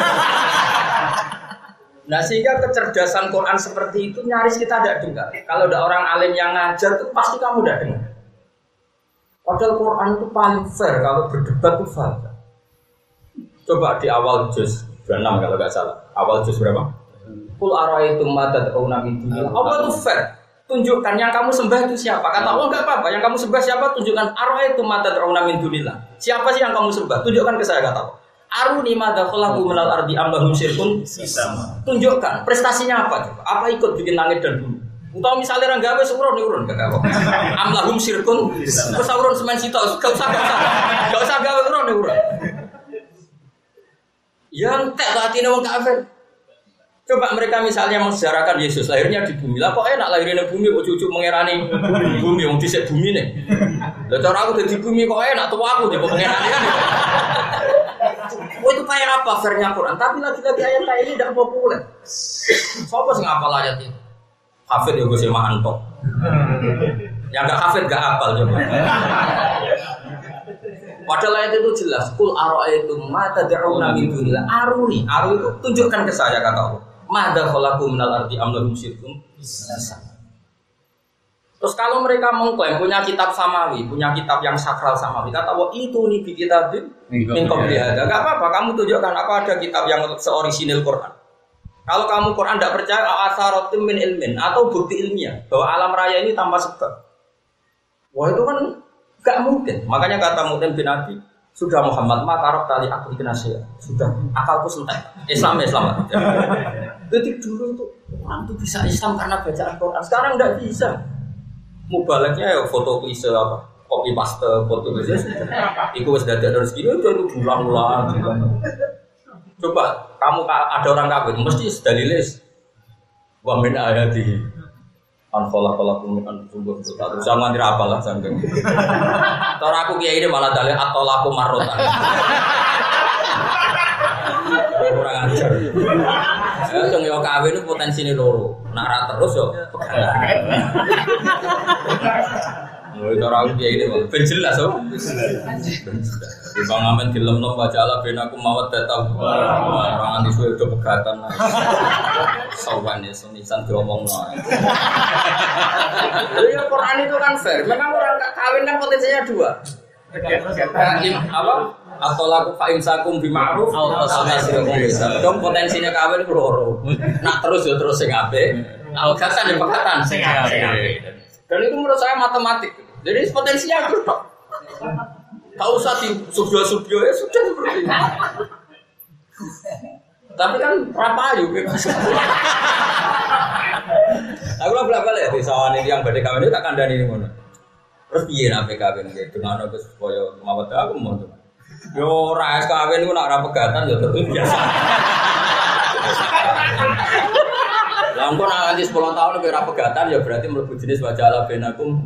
Nah sehingga kecerdasan Quran seperti itu nyaris kita tidak dengar. Kalau ada orang alim yang ngajar itu pasti kamu tidak dengar. Padahal Quran itu paling fair kalau berdebat itu fair. Coba di awal juz enam kalau nggak salah. Awal juz berapa? Qul ara'aytum ma tad'una min dunillah. Apa itu fair? Tunjukkan yang kamu sembah itu siapa. Kata Allah enggak apa-apa. Yang kamu sembah siapa? Tunjukkan ara'aytum ma tad'una min dunillah. Siapa sih yang kamu sembah? Tunjukkan ke saya kata Allah. Aruni madza khalaqu minal ardi am lahum syirkun. Tunjukkan prestasinya apa coba? Apa ikut bikin langit dan bumi? Atau misalnya orang gawe urun urun kata Allah. Am lahum syirkun. Terus urun semen sitok, enggak usah enggak usah. Enggak usah gawe urun urun. Yang tak latine wong kafir. Coba mereka misalnya mensejarahkan Yesus lahirnya di bumi. Lah kok enak lahirnya di bumi kok cucu mengerani bumi wong dhisik bumi nih. Lah cara aku di bumi kok enak tuh aku di mengerani kan. Oh itu kayak apa fairnya Quran? Tapi lagi-lagi ayat-ayat ini tidak populer. Siapa sih ngapal ayat ini? Hafid ya gue sih mahan tok. Yang nggak hafid nggak hafal coba. Padahal ayat itu jelas. Kul ara'aytum ma tad'una min dunillah. Aruni, aru itu tunjukkan ke saya kata Allah. Madza khalaqu minal ardi am lahum syirkun. Terus kalau mereka mengklaim punya kitab samawi, punya kitab yang sakral samawi, kata Allah itu nih di kitab min qabli hada. Enggak apa-apa, kamu tunjukkan apa ada kitab yang seorisinil Quran. Kalau kamu Quran tidak percaya asaratum min ilmin atau bukti ilmiah bahwa alam raya ini tanpa sebab. Wah itu kan enggak mungkin. Makanya kata Mut'im bin Adi, sudah Muhammad ma tarok tali akli kinasya. Sudah akalku sentek. Islam Islam. Jadi dulu itu orang itu bisa Islam karena bacaan Quran. Sekarang enggak bisa. Mubaleknya ya foto klise apa? Copy paste foto klise. Iku wis dadak terus gini itu ulang-ulang. Coba kamu ada orang kafir mesti dalilis wa min ayati an khalaqalakum min anfusikum terus jangan dirapal lah sanggeng. Cara aku kiai ini malah dalil atau laku marrotan. Kurang ajar. Ya dong yo kawin itu potensine loro. Nak ra terus yo pegangan. Mulai cara aku kiai ini ben jelas oh. Di pangamen dilem-lem baca ala ben aku mawat datang. Orang anti suwe do pegatan. Sawan ya senisan diomongno. Ya Quran itu kan fair. Memang orang kawin kan potensinya dua. Apa? Atau laku fa imsakum bi ma'ruf atau tasrikum bisa. Dong potensinya kawin itu loro. Nak terus yo terus sing apik. Algasan ya pegatan sing apik. Dan itu menurut saya matematik. Jadi potensinya itu tok. Tak usah di subyo-subyo ya sudah seperti itu. Tapi kan rapayu bebas. Aku lah belak-belak ya di sawan ini yang badhe kawin itu tak kandhani ngono. Terus piye nek kawin iki dengan aku supaya mawat aku mau. Yo ora kawin ku nak ora pegatan yo terus biasa. Lah engko nak nganti sepuluh tahun ora pegatan ya berarti mlebu jenis wajala benakum.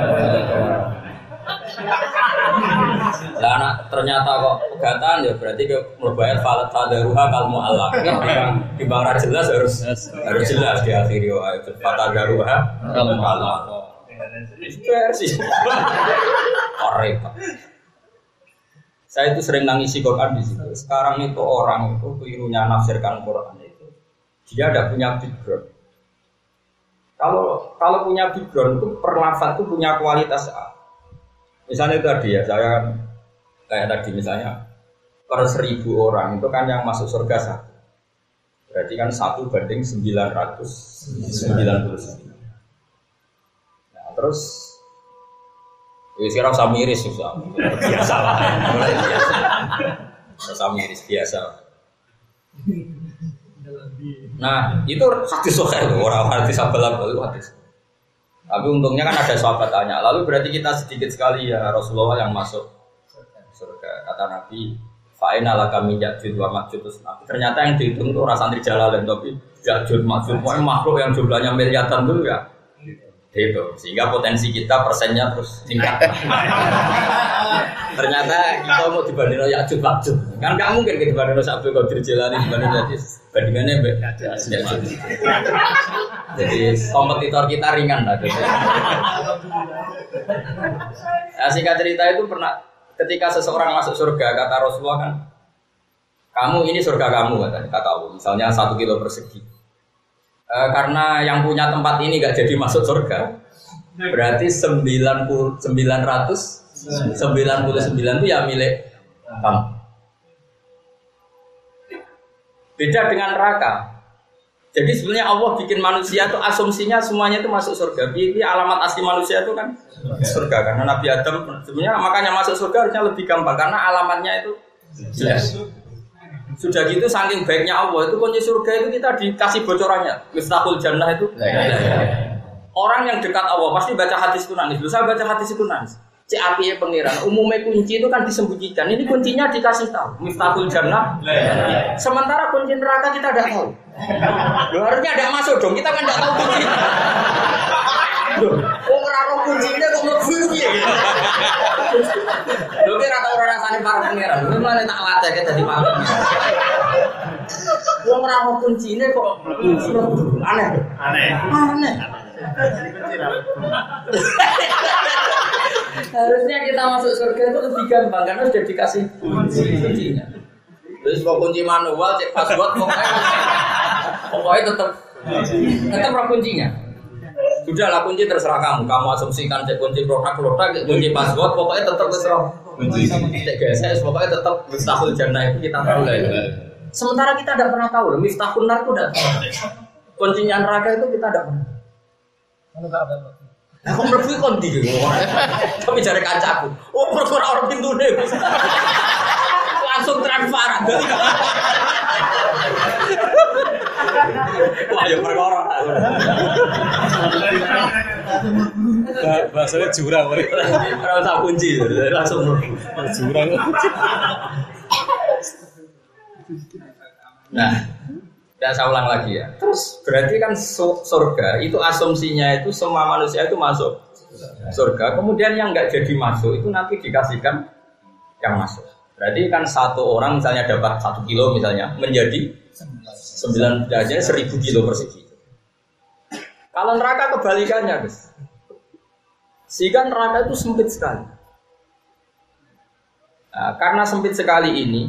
Lah nak ternyata kok pegatan ya berarti ke mlebu ayat falat fadaruha kalmu Allah. Di bang ra jelas harus harus jelas di akhir ayat fadaruha kalmu Allah. Versi. Repot. Saya itu sering nangisi Quran di situ. Sekarang itu orang itu kelirunya nafsirkan Quran itu. Dia tidak punya background. Kalau kalau punya background itu perlafaz itu punya kualitas A. Misalnya tadi ya saya kayak tadi misalnya per seribu orang itu kan yang masuk surga satu. Berarti kan satu banding sembilan ratus sembilan puluh sembilan. Nah, terus ya sekarang usah miris susah, biasa lah, biasa. Usah miris biasa. Nah itu hadis sahih itu orang hadis abalan itu hadis. Tapi untungnya kan ada sahabat tanya. Lalu berarti kita sedikit sekali ya Rasulullah yang masuk surga. Kata Nabi, fa'ina laka min ya'jud wa ma'jud. Ternyata yang dihitung itu orang santri Jalalain, tapi ya'jud ma'jud makhluk yang jumlahnya miliaran dulu ya. Itu sehingga potensi kita persennya terus tingkat. Ternyata kita mau dibandingin Ya'jud Ma'jud kan nggak mungkin kita dibandingin Abdul Qadir Jilani dibandingin Ya'jud, bandingannya Ya'jud. Jadi kompetitor kita ringan lah. Nah, singkat cerita itu pernah ketika seseorang masuk surga kata Rasulullah kan, kamu ini surga kamu kata kata Allah, misalnya satu kilo persegi. E, karena yang punya tempat ini gak jadi masuk surga, berarti sembilan puluh sembilan ratus sembilan puluh sembilan itu ya milik kamu. Beda dengan neraka. Jadi sebenarnya Allah bikin manusia itu asumsinya semuanya itu masuk surga. Ini alamat asli manusia itu kan surga. Karena Nabi Adam sebenarnya makanya masuk surga harusnya lebih gampang karena alamatnya itu jelas. Sudah gitu saking baiknya Allah itu kunci surga itu kita dikasih bocorannya. Miftahul Jannah itu. Orang yang dekat Allah pasti baca hadis itu nangis. Dulu saya baca hadis itu nangis. C A P pengiran. Umumnya kunci itu kan disembunyikan. Ini kuncinya dikasih tahu. Miftahul Jannah. Sementara kunci neraka kita tidak tahu. Loh, harusnya ada masuk dong. Kita kan tidak tahu kunci. Loh, kok ngeraro kuncinya kok mlebu piye gitu. Lho kira tau ora rasane para pangeran. Lho malah tak latih ke dadi malu. Wong ngeraro kuncine kok mlebu. Aneh. Aneh. Aneh. Harusnya kita masuk surga itu lebih gampang karena sudah dikasih kuncinya. Terus mau kunci manual cek password pokoknya pokoknya tetap tetap roh kuncinya. Sudahlah kunci terserah kamu. Kamu asumsikan cek kunci produk-produk, cek kunci password, pokoknya tetap terserah. Cek G S S, pokoknya tetap Miftahul Jannah itu kita tahu lah. Sementara kita tidak pernah tahu, Miftahul Nar itu tidak tahu. Kuncinya neraka itu kita tidak pernah. Aku mlebu kon ndi gitu. Tapi jare kancaku. Oh, perkara orang pintune. Langsung transparan. Wah, ya perkara.
Bahasanya jurang mereka.
Ora usah kunci, langsung
jurang.
Nah, dan saya ulang lagi ya. Terus berarti kan surga itu asumsinya itu semua manusia itu masuk surga. Kemudian yang nggak jadi masuk itu nanti dikasihkan yang masuk. Berarti kan satu orang misalnya dapat satu kilo misalnya menjadi sembilan derajat seribu kilo persegi. Kalau neraka kebalikannya, guys. Sehingga neraka itu sempit sekali. Nah, karena sempit sekali ini,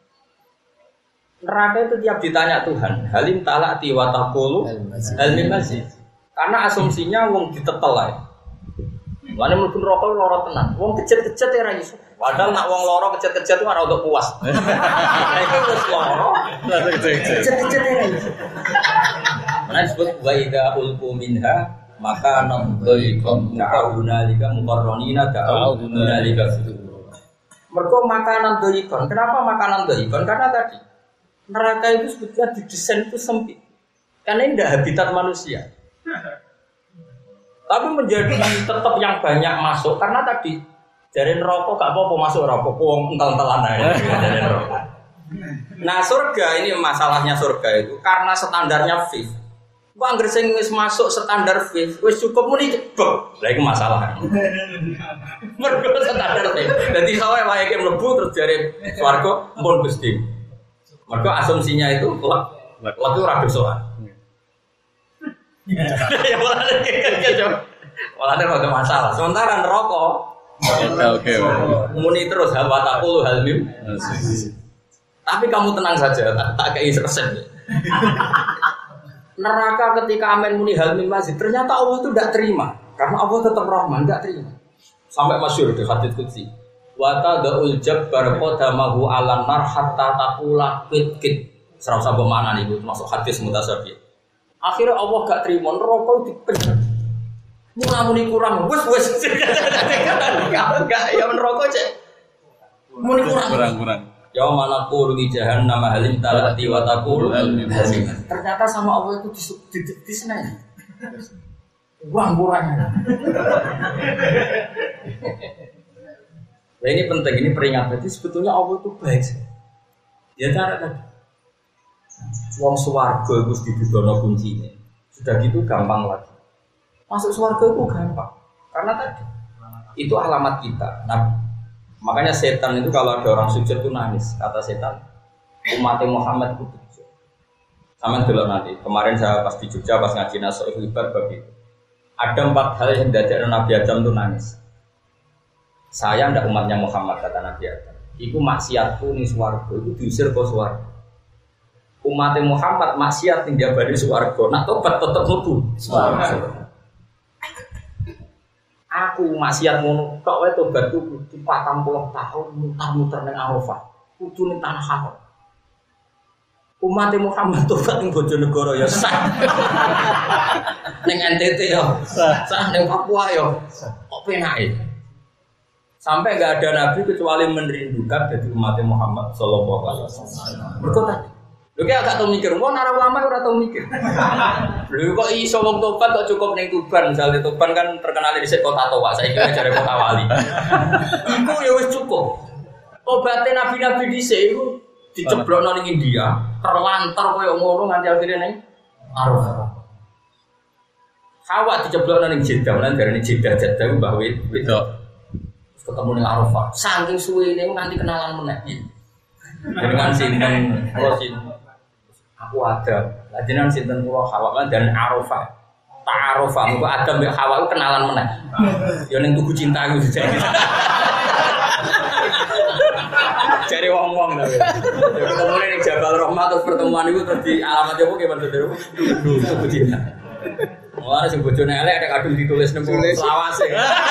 neraka itu tiap ditanya Tuhan, halim talati wa taqulu hal min mazid. Karena asumsinya wong ditetel ae. Lane mlebu neraka lara tenan. Wong kejet-kejet ya ra iso. Padahal nak wong lara kejet-kejet itu ora untuk puas. Iku wis lara, kejet-kejet ya ra iso. Mana disebut wa idza ulqu minha maka nadhiqum ta'awuna lika muqarranina ta'awuna lika futur. Mergo makanan dhaifan. Kenapa makanan dhaifan? Karena tadi neraka itu sebetulnya didesain itu sempit. Karena ini tidak habitat manusia. Tapi menjadi tetap yang banyak masuk karena tadi Dari rokok gak apa-apa masuk rokok, wong entel-entelan aja dari rokok. Nah surga ini masalahnya surga itu karena standarnya fif. Wah anggere sing wis masuk standar fif, wis cukup muni jebok. Lah iku masalah. Mergo standar fif. Dadi sawe wae iki mlebu terus jare swarga mun Gusti. Mergo asumsinya itu lek lek ora dosoan. Ya malah iki malah ada masalah. Sementara rokok
Oke, oke.
muni terus hal wataku hal mim. Tapi kamu tenang saja, tak, tak kayak resep. Neraka ketika amen muni hal mim masjid, ternyata Allah itu tidak terima. Karena Allah tetap Rahman, tidak terima. Sampai masyhur di hadits qudsi. Wa tadul jabbar qadamahu 'alan nar hatta taqula kit kit. Serasa bermakna niku masuk hadis mutasabih. Akhirnya Allah gak terima, neraka dipencet. Muni kurang, wes wes. Kalau enggak ya neraka cek. Muni kurang.
Kurang, kurang.
Ya mana qul di jahannam halim talati wa taqul. Ternyata sama Allah itu disnai. Uang kurangnya. Nah ini penting, ini peringatan. Jadi sebetulnya Allah itu baik. Ya cara tadi. Wong swarga itu didudono kuncinya. Sudah gitu gampang lagi. Masuk surga itu gampang, karena tadi itu alamat kita. Nah, makanya setan itu kalau ada orang sujud itu nangis. Kata setan, umat Muhammad itu sujud. Sama dulu nanti. Kemarin saya pas di Jogja pas ngaji Nasuh Ibar begitu. Ada empat hal yang dadekno Nabi Adam itu nangis. Saya ndak umatnya Muhammad kata Nabi Adam. Iku maksiatku ning swarga itu diusir ke swarga. Umat Muhammad maksiat ning jabane swarga. Nak tobat tetep mlebu swarga. Aku maksiat ngono tok wae tobatku kudu patang puluh tahun muter-muter ning Arafah. Kudu ning tanah haram. Umat Muhammad tobat ning Bojonegoro ya sah. Ning N T T ya sah, ning Papua ya kok penake. Sampai enggak ada nabi kecuali merindukan dari umat Muhammad sallallahu alaihi wasallam. Mergo tadi lho ki agak tau mikir, wong ora ulama ora tau mikir. Lho kok iso wong tobat kok cukup ning Tuban, misalnya Tuban kan terkenal di kota tua, saiki jare kota wali. Iku ya wis cukup. Obate nabi-nabi dhisik iku diceblokno ning India, terlantar koyo ngono nganti akhire ning Arafah. Hawa diceblokno ning Jeddah, lan darane Jeddah Jeddah ku mbah wedok. Ketemu ning Arafah, saking suwene nganti kenalan meneh. Dengan sinten kula sinten aku Adam, jenengan sinten kula Hawa kan dan Arafah. Tak Arafah, muga Adam mbek Hawa ku kenalan meneh. Ya ning tugu cinta iku dijadi. Cari wong-wong ta. Ya ketemu ning Jabal Rahmah terus pertemuan iku terus di alamat opo ki maksud dhewe. Tugu cinta. Ora sing bojone elek ada kadung ditulis nang selawase.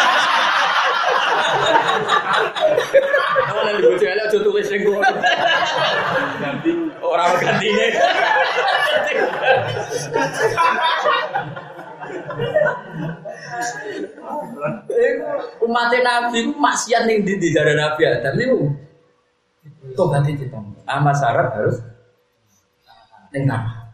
Kalau di bocah elek aja tulis ning kono. Ganti ora gantine. Umat Nabi ku maksiat ning ndi jare Nabi Adam niku. Tobat iki to. Ama syarat harus ning tanah.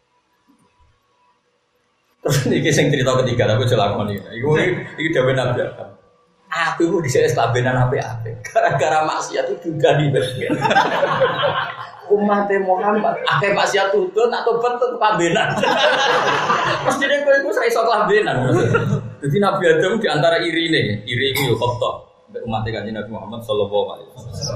Terus iki sing cerita ketiga aku aja lakoni. Iku iki dawuh Nabi Adam. Aku itu disini selabenan apa-apa. Gara-gara maksiat itu juga diberikan. Umat Muhammad, akhir maksiat itu atau bentuk kelabenan. Pastinya kau itu saya sok kelabenan. Jadi Nabi Adam diantara iri nih, iri itu yuk kopto. Umat Nabi Muhammad Sallallahu Alaihi Wasallam.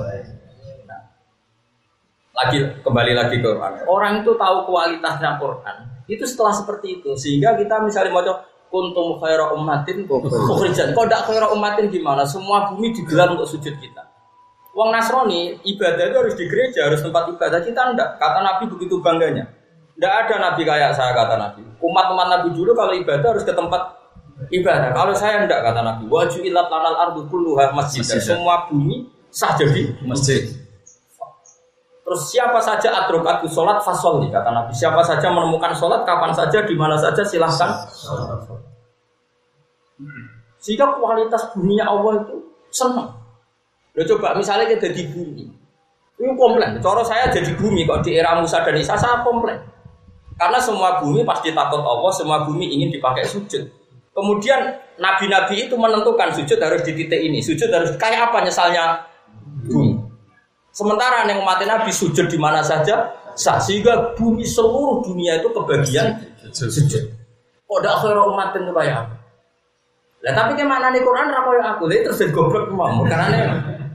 Lagi kembali lagi ke Quran. Orang itu tahu kualitasnya Quran. Itu setelah seperti itu, sehingga kita misalnya mau coba kuntum khaira ummatin ukhrijat. Kok ndak khaira ummatin gimana? Semua bumi digelar untuk sujud kita. Wong Nasrani ibadah itu harus di gereja, harus tempat ibadah. Kita ndak. Kata Nabi begitu bangganya. Ndak ada nabi kayak saya kata Nabi. Umat-umat Nabi dulu kalau ibadah harus ke tempat ibadah. Kalau saya ndak kata Nabi. Wa ju'ilat lanal ardu kulluha masjid. Semua bumi sah jadi masjid. Terus siapa saja adrokatu sholat fasol kata Nabi. Siapa saja menemukan sholat kapan saja di mana saja silahkan. Sehingga kualitas buminya Allah itu senang. Lo coba misalnya kita di bumi, ini komplain. Cara saya jadi bumi kok di era Musa dan Isa saya komplain. Karena semua bumi pasti takut Allah, semua bumi ingin dipakai sujud. Kemudian nabi-nabi itu menentukan sujud harus di titik ini, sujud harus kayak apa nyesalnya bumi. Sementara yang umat Nabi sujud di mana saja, sah, sehingga bumi seluruh dunia itu kebagian sujud. Oh, dak akhirnya umat itu kayak apa? Lah tapi kemana nih Quran ra koyo aku, lha terus goblok mau karena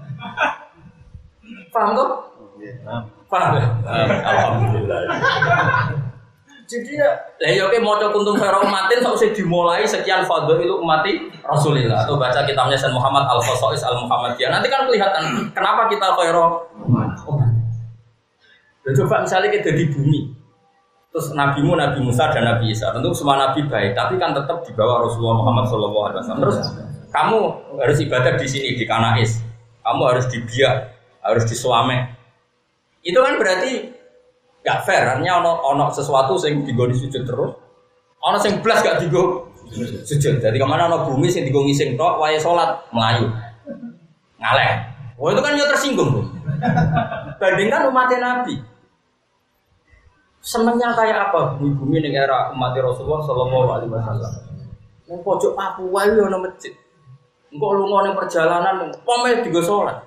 paham toh? Paham. Alhamdulillah. Jadi ya, lah ya oke maca kuntum khairu ummatin sak usih dimulai sekian fadhilul ummati Rasulillah atau baca kitabnya Sayyid Muhammad Al-Khosais Al-Muhammadiyah. Nanti kan kelihatan kenapa kita khairu ummat. Dan coba misalnya kita di bumi. Terus nabimu Nabi Musa dan Nabi Isa. Tentu semua nabi baik, tapi kan tetap di bawah Rasulullah Muhammad sallallahu alaihi wasallam. Terus kamu harus ibadah di sini di Kanais. Kamu harus di Biak, harus di Suame. Itu kan berarti gak fair, artinya ono ono sesuatu yang digoni sujud terus, ono yang belas gak digo sujud. Jadi kemana ono bumi yang digo ngising tok, wae sholat melayu, ngaleh. Oh itu kan yo tersinggung tuh. Bandingkan umat Nabi, senengnya kayak apa bumi-bumi ning era umat Rasulullah Sallallahu Alaihi Wasallam. Neng pojok Papua yo ono masjid, engko lunga ning perjalanan, pome digo sholat.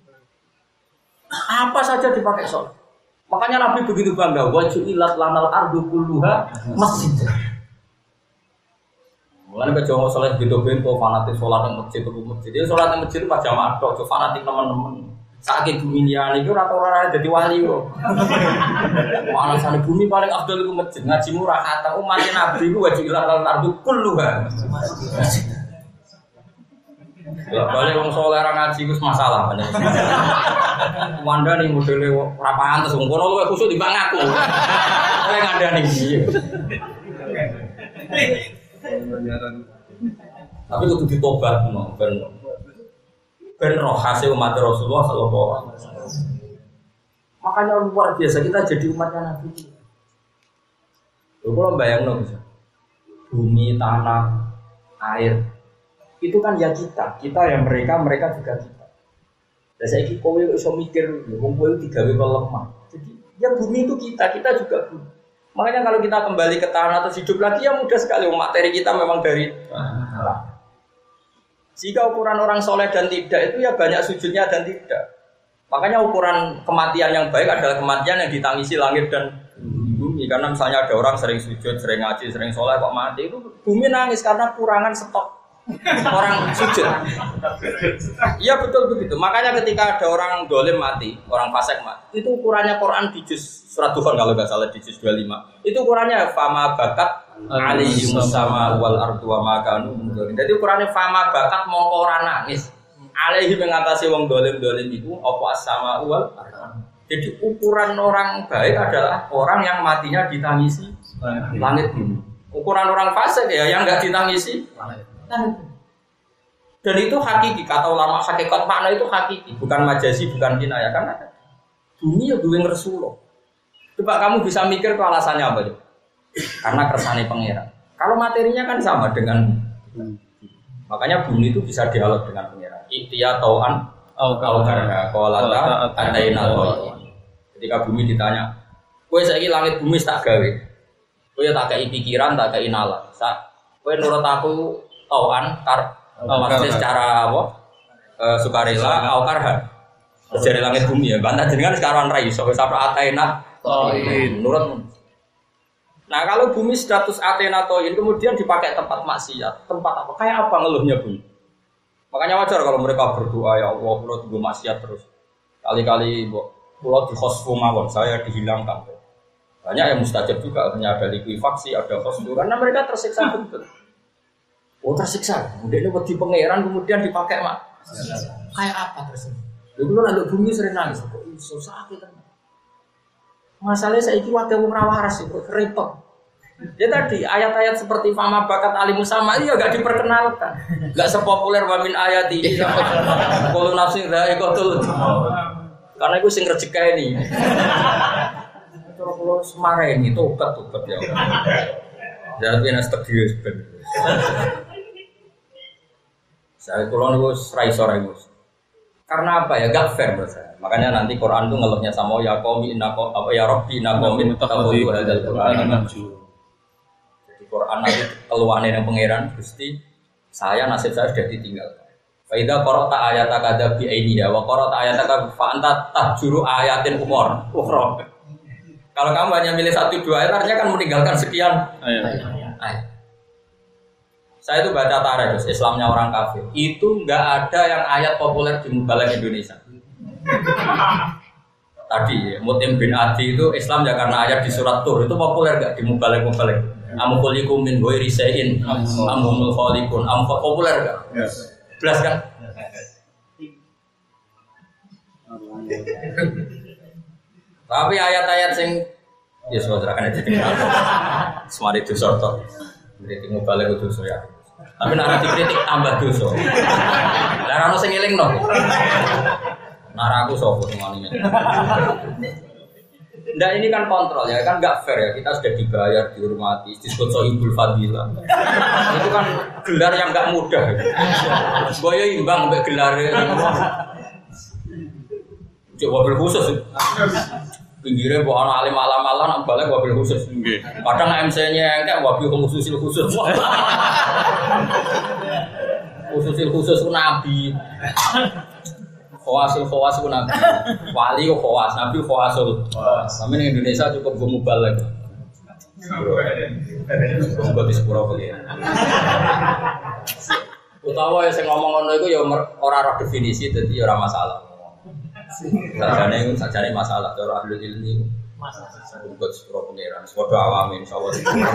Apa saja dipakai sholat. Makanya Nabi begitu bangga, wajulat lanal ardu kulluha masjid. Mulane ke Jawa saleh bento-bento fanatik salat nang masjid atau masjid. Dia salat nang masjid pas jamaah tok, fanatik teman-teman. Saking bumi liyane iku ora ora dadi wali kok. Alasan bumi paling afdal iku masjid. Ngaji murah kata umat Nabi iku wajulat lanal ardu kulluha masjid. Ya balik wong saleh ra ngaji iku masalah banyak. Wanda nih modele ora pantes wong kono luwih kusuk timbang aku. Oleh ngandani iki. Tapi kudu ditobat no ben ben roh hasil umat Rasulullah sallallahu alaihi wasallam. Makanya luar biasa kita jadi umatnya Nabi. Lho kula bayangno bisa. Bumi, tanah, air itu kan ya kita, kita yang mereka, mereka juga kita. Dan saya kira kowe iso mikir, wong kowe digawe lemah. Jadi ya bumi itu kita, kita juga bumi. Makanya kalau kita kembali ke tanah atau hidup lagi ya mudah sekali. Materi kita memang dari tanah. Jika ukuran orang soleh dan tidak itu ya banyak sujudnya dan tidak. Makanya ukuran kematian yang baik adalah kematian yang ditangisi langit dan bumi. Karena misalnya ada orang sering sujud, sering ngaji, sering soleh kok mati itu bumi nangis karena kurangan stok orang sujud. Iya betul begitu. Makanya ketika ada orang dolim mati, orang fasik mati, itu ukurannya Quran di juz surat Dukhan kalau nggak salah di juz dua puluh lima. Itu ukurannya fama bakat alaihi musama wal ardu wa ma kanu mundorin. Jadi ukurannya fama bakat mongko ora nangis. Alaihi mengatasi wong dolim-dolim itu apa sama wal ardu. Jadi ukuran orang baik adalah orang yang matinya ditangisi langit bumi. Ukuran orang fasik ya yang enggak ditangisi langit. Dan itu hakiki, kata ulama hakikat makna itu hakiki, bukan majazi, bukan kinayah. Karena bumi ya duwe Rasulullah. Coba kamu bisa mikir ke alasannya apa? Karena kersane pangeran. Kalau materinya kan sama dengan makanya bumi itu bisa dialog dengan pangeran. Ikhtiya tau'an au karha qalata ataina tau'an. Ketika bumi ditanya, kowe saiki langit bumi tak gawe. Kowe tak kei pikiran, tak kei nalar. Sak kowe nurut aku tau'an kar maksudnya secara apa? E, sukarela au karha. Dari langit bumi ya. Bantah jenengan sekarang rai iso sampe ataina tau'in. Nurut. Nah, kalau bumi status ataina tau'in kemudian dipakai tempat maksiat, tempat apa? Kayak apa ngeluhnya bumi? Makanya wajar kalau mereka berdoa ya Allah, kula tunggu maksiat terus. Kali-kali kula dikhosfu mawon, saya dihilangkan. Banyak yang mustajab juga, hanya ada likuifaksi, ada khosfu karena mereka tersiksa betul. Oh tersiksa, kemudian ini wedi pangeran kemudian dipakai mak. Kayak apa terus? Dulu nanti bumi sering nangis, kok susah kita. Masalahnya saya ikut wakil wong rawaras itu repot. Ya tadi ayat-ayat seperti fama bakat alimu sama iya gak diperkenalkan, gak sepopuler wamin ayat ini. Kalau nafsi dha'iqatul, karena itu sing rezeki ini. Terus kalau semare ini tobat tobat ya. Jadi nas tegius ben. Saya kalau nih gus rai sore gus, karena apa ya gak fair menurut saya. Makanya nanti Quran tuh ngeluhnya sama ya qaumi inna apa ya rabbi inna qaumi takhudhu hadzal Quran. Di Quran nanti keluarin yang pangeran Gusti, saya nasib saya sudah ditinggalkan. Faida qara'ta ayataka kadza bi ainiha wa qara'ta ayataka fa anta tahjuru ayatin umur. Ukhra. Kalau kamu hanya milih satu dua ayat artinya kan meninggalkan sekian ayat. ayat. Saya itu baca tarikh Islamnya orang kafir. Itu enggak ada yang ayat populer di Mubalagh Indonesia. Tadi Mutim bin Adi itu Islam ya karena ayat di surat Tur itu populer enggak di Mubalagh-mubalagh. Amkulikum min ghairi syai'in amhumul khaliqun am populer enggak? Yes. Belas kan? Tapi ayat-ayat sing ya saudara kan itu tinggal. Semari dosa to. Kritik Mubalagh itu dosa ya. Tapi nek dikritik tambah dosa. Lah ono sing elingno. Nara aku sapa semuanya. Nah ini kan kontrol ya, kan nggak fair ya. Kita sudah dibayar, dihormati, disebut sohibul fadilah. Itu kan gelar yang nggak mudah. Boyo imbang sampai gelarnya. Cuk wabil khusus. Pinggirnya bukan alim alam-alam, balik wabil khusus. Kadang M C-nya enggak wabil khususil khusus. Khususil khusus itu nabi. Khawasul khawas pun nabi, wali kok khawas, nabi khawasul. Kami di Indonesia cukup Mubalagh. Cukup di sepuro kali. Utawa yang saya ngomong ngono itu ya orang roh definisi, jadi orang masalah. Sajane sajane masalah, cara ahli ilmu. Cukup sepuro pengiran, sepuro awamin, insyaallah.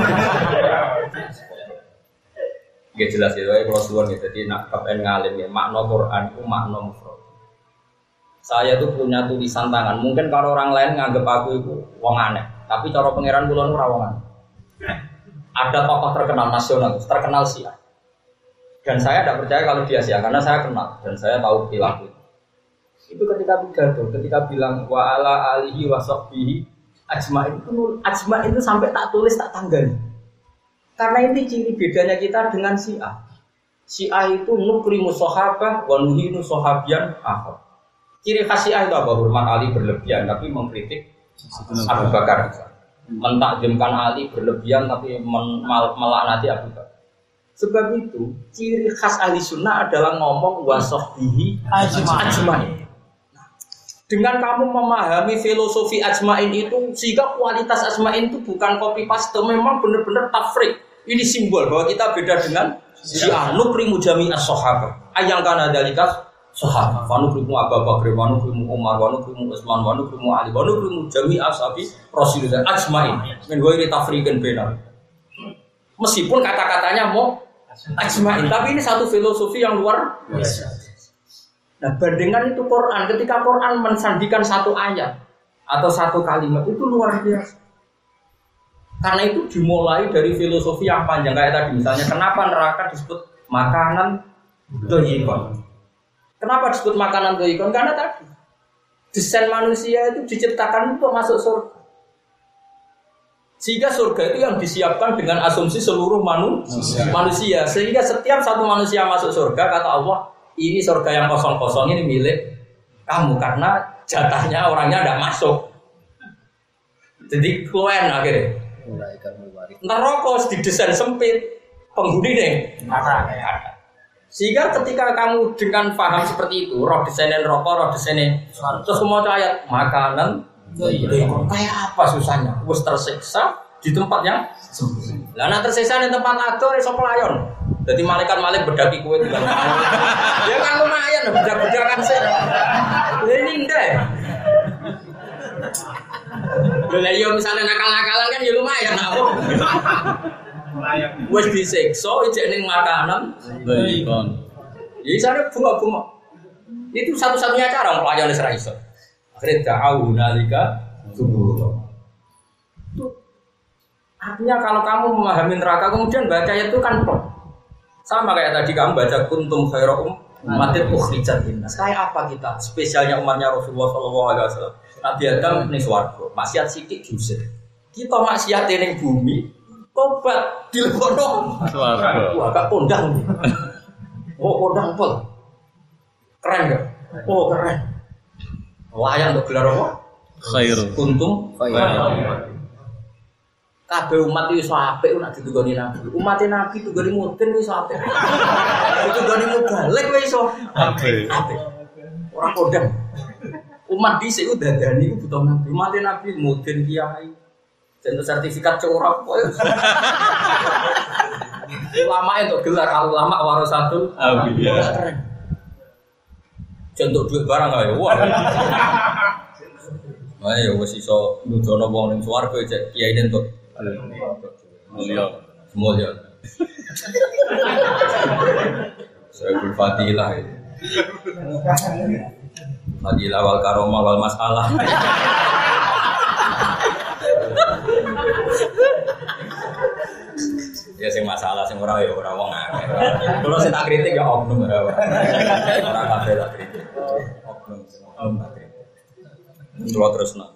Gak jelas itu, kalau suwon gitu, jadi nak kapan ngalim ya makna Quran itu makna mufrad. Saya tuh punya tulisan tangan. Mungkin kalau orang lain nganggep aku itu wong aneh, tapi cara pangeran kula nu ora wong aneh. Ada tokoh terkenal nasional, terkenal Syiah. Dan saya tidak percaya kalau dia Syiah karena saya kenal dan saya tahu perilaku. Itu ketika pidato, ketika bilang wa ala alihi wa sahbihi ajmain itu ajmain itu sampai tak tulis tak tanggali. Karena ini ciri bedanya kita dengan Syiah. Syiah itu nukrimu sahabah wa nuhinu sahabian akhar. Ciri khas Syiah itu apa? Hormat Ali berlebihan tapi mengkritik Abu Bakar. Mentakjimkan Ali berlebihan tapi melaknati Abu Bakar. Sebab itu ciri khas ahli sunnah adalah ngomong wasahbihi ajmain. Dengan kamu memahami filosofi ajmain itu, sehingga kualitas ajmain itu bukan copy paste, memang benar-benar tafrik. Ini simbol bahwa kita beda dengan Syiah. Nukrimu jami'as sahabah. Ayang kana dalika sahabat, wanu krimu Abu Bakar, wanu krimu Umar, wanu krimu Utsman, wanu krimu Ali, wanu krimu jami'ah ashabi Rasulullah ajmain. Men ghairi tafriqin bainal. Meskipun kata-katanya mau ajmain, tapi ini satu filosofi yang luar biasa. Nah, bandingkan itu Quran, ketika Quran mensandikan satu ayat atau satu kalimat itu luar biasa. Karena itu dimulai dari filosofi yang panjang kayak tadi misalnya kenapa neraka disebut makanan doyikon. Kenapa disebut makanan doyikon? Karena tadi desain manusia itu diciptakan untuk masuk surga. Sehingga surga itu yang disiapkan dengan asumsi seluruh manusia. manusia. Sehingga setiap satu manusia masuk surga, kata Allah, ini surga yang kosong-kosong ini milik kamu karena jatahnya orangnya tidak masuk. Jadi kluen akhirnya. Neraka didesain sempit, penghuni nih. Sehingga ketika kamu dengan paham seperti itu, roh desainnya neraka, roh desainnya terus semua ayat makanan doyikon. Kayak apa susahnya? Wes tersiksa di tempat yang sempit. Lah nek tersiksa di tempat adoh iso pelayon. Jadi malaikat-malaikat bedaki kowe juga. Ya kan lumayan bedak-bedakan sih. Ini ndek. Lah yo misalnya nakal-nakalan kan ya lumayan aku. Wes disiksa ijek ning makanan doyikon. Ya isane bunga-bunga. Itu satu-satunya cara pelayan wis ra iso. Akhirnya ta'au nalika subur. Artinya kalau kamu memahami neraka kemudian baca itu kan plong. Sama kayak tadi kamu baca kuntum khairum umatin ukhrijat linnas. Kayak apa kita? Spesialnya umatnya Rasulullah sallallahu alaihi wasallam. Nabi Adam ning swarga, maksiat sithik diusir. Kita maksiat ning bumi, tobat dilebono swarga. Wah, gak kondang. Oh, kondang pol. Keren enggak? Oh, keren. Layak untuk gelar apa?
Khairum.
Kuntum khairum. kabeh umat iki iso apik nek ditugoni Nabi. Umat Nabi tugoni mudin iso apik. Ditugoni mubalek wis iso apik. Ora kodang. Umat dhisik ku dadani ku butuh Nabi. Umat Nabi mudin kiai. Jeneng sertifikat curang koyo. Ulama itu gelar ulama warasatul anbiya. Contoh duit barang ae. Wah. Ayo wis iso nujono wong ning swarga cek kiai entuk. Mulya. Mulya. Saya berfadilah itu. Fadilah wal karomah wal masalah. Ya sing masalah sing ora ya ora wong akeh. Kulo sing tak kritik ya oknum ora. Ora kabeh tak kritik. Oknum sing oknum tak kritik. Kulo terusno.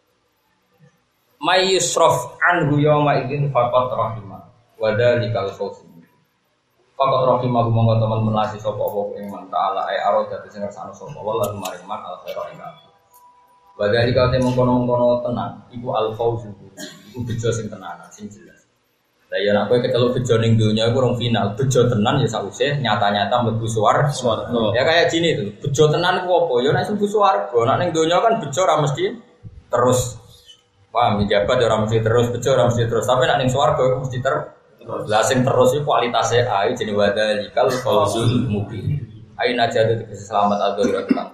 May yusraf anhu yawma idzin faqat rahimah. Wa dalikal fawz. Faqat rahimah monggo teman melasi sapa apa ing man taala ai aro dadi sing ngersano sapa wallahu maring man al khairu ing aku. Wa dalikal te mongko-mongko tenan iku al fawz. Iku bejo sing tenanan sing jelas. Lah ya nek kowe keceluk bejo ning donya iku rong final, bejo tenan ya sakwise nyata-nyata mlebu swarga. Ya kayak gini tuh, bejo tenan ku apa? Ya nek mlebu swarga, nek ning donya kan bejo ora mesti terus. Paham, jabat ora mesti terus, bejo ora mesti terus. Tapi nek ning swarga mesti ter lah sing terus iki kualitasé ae jenenge wadalikal fawzul mubin. Ain aja itu selamat al-ghairat kan.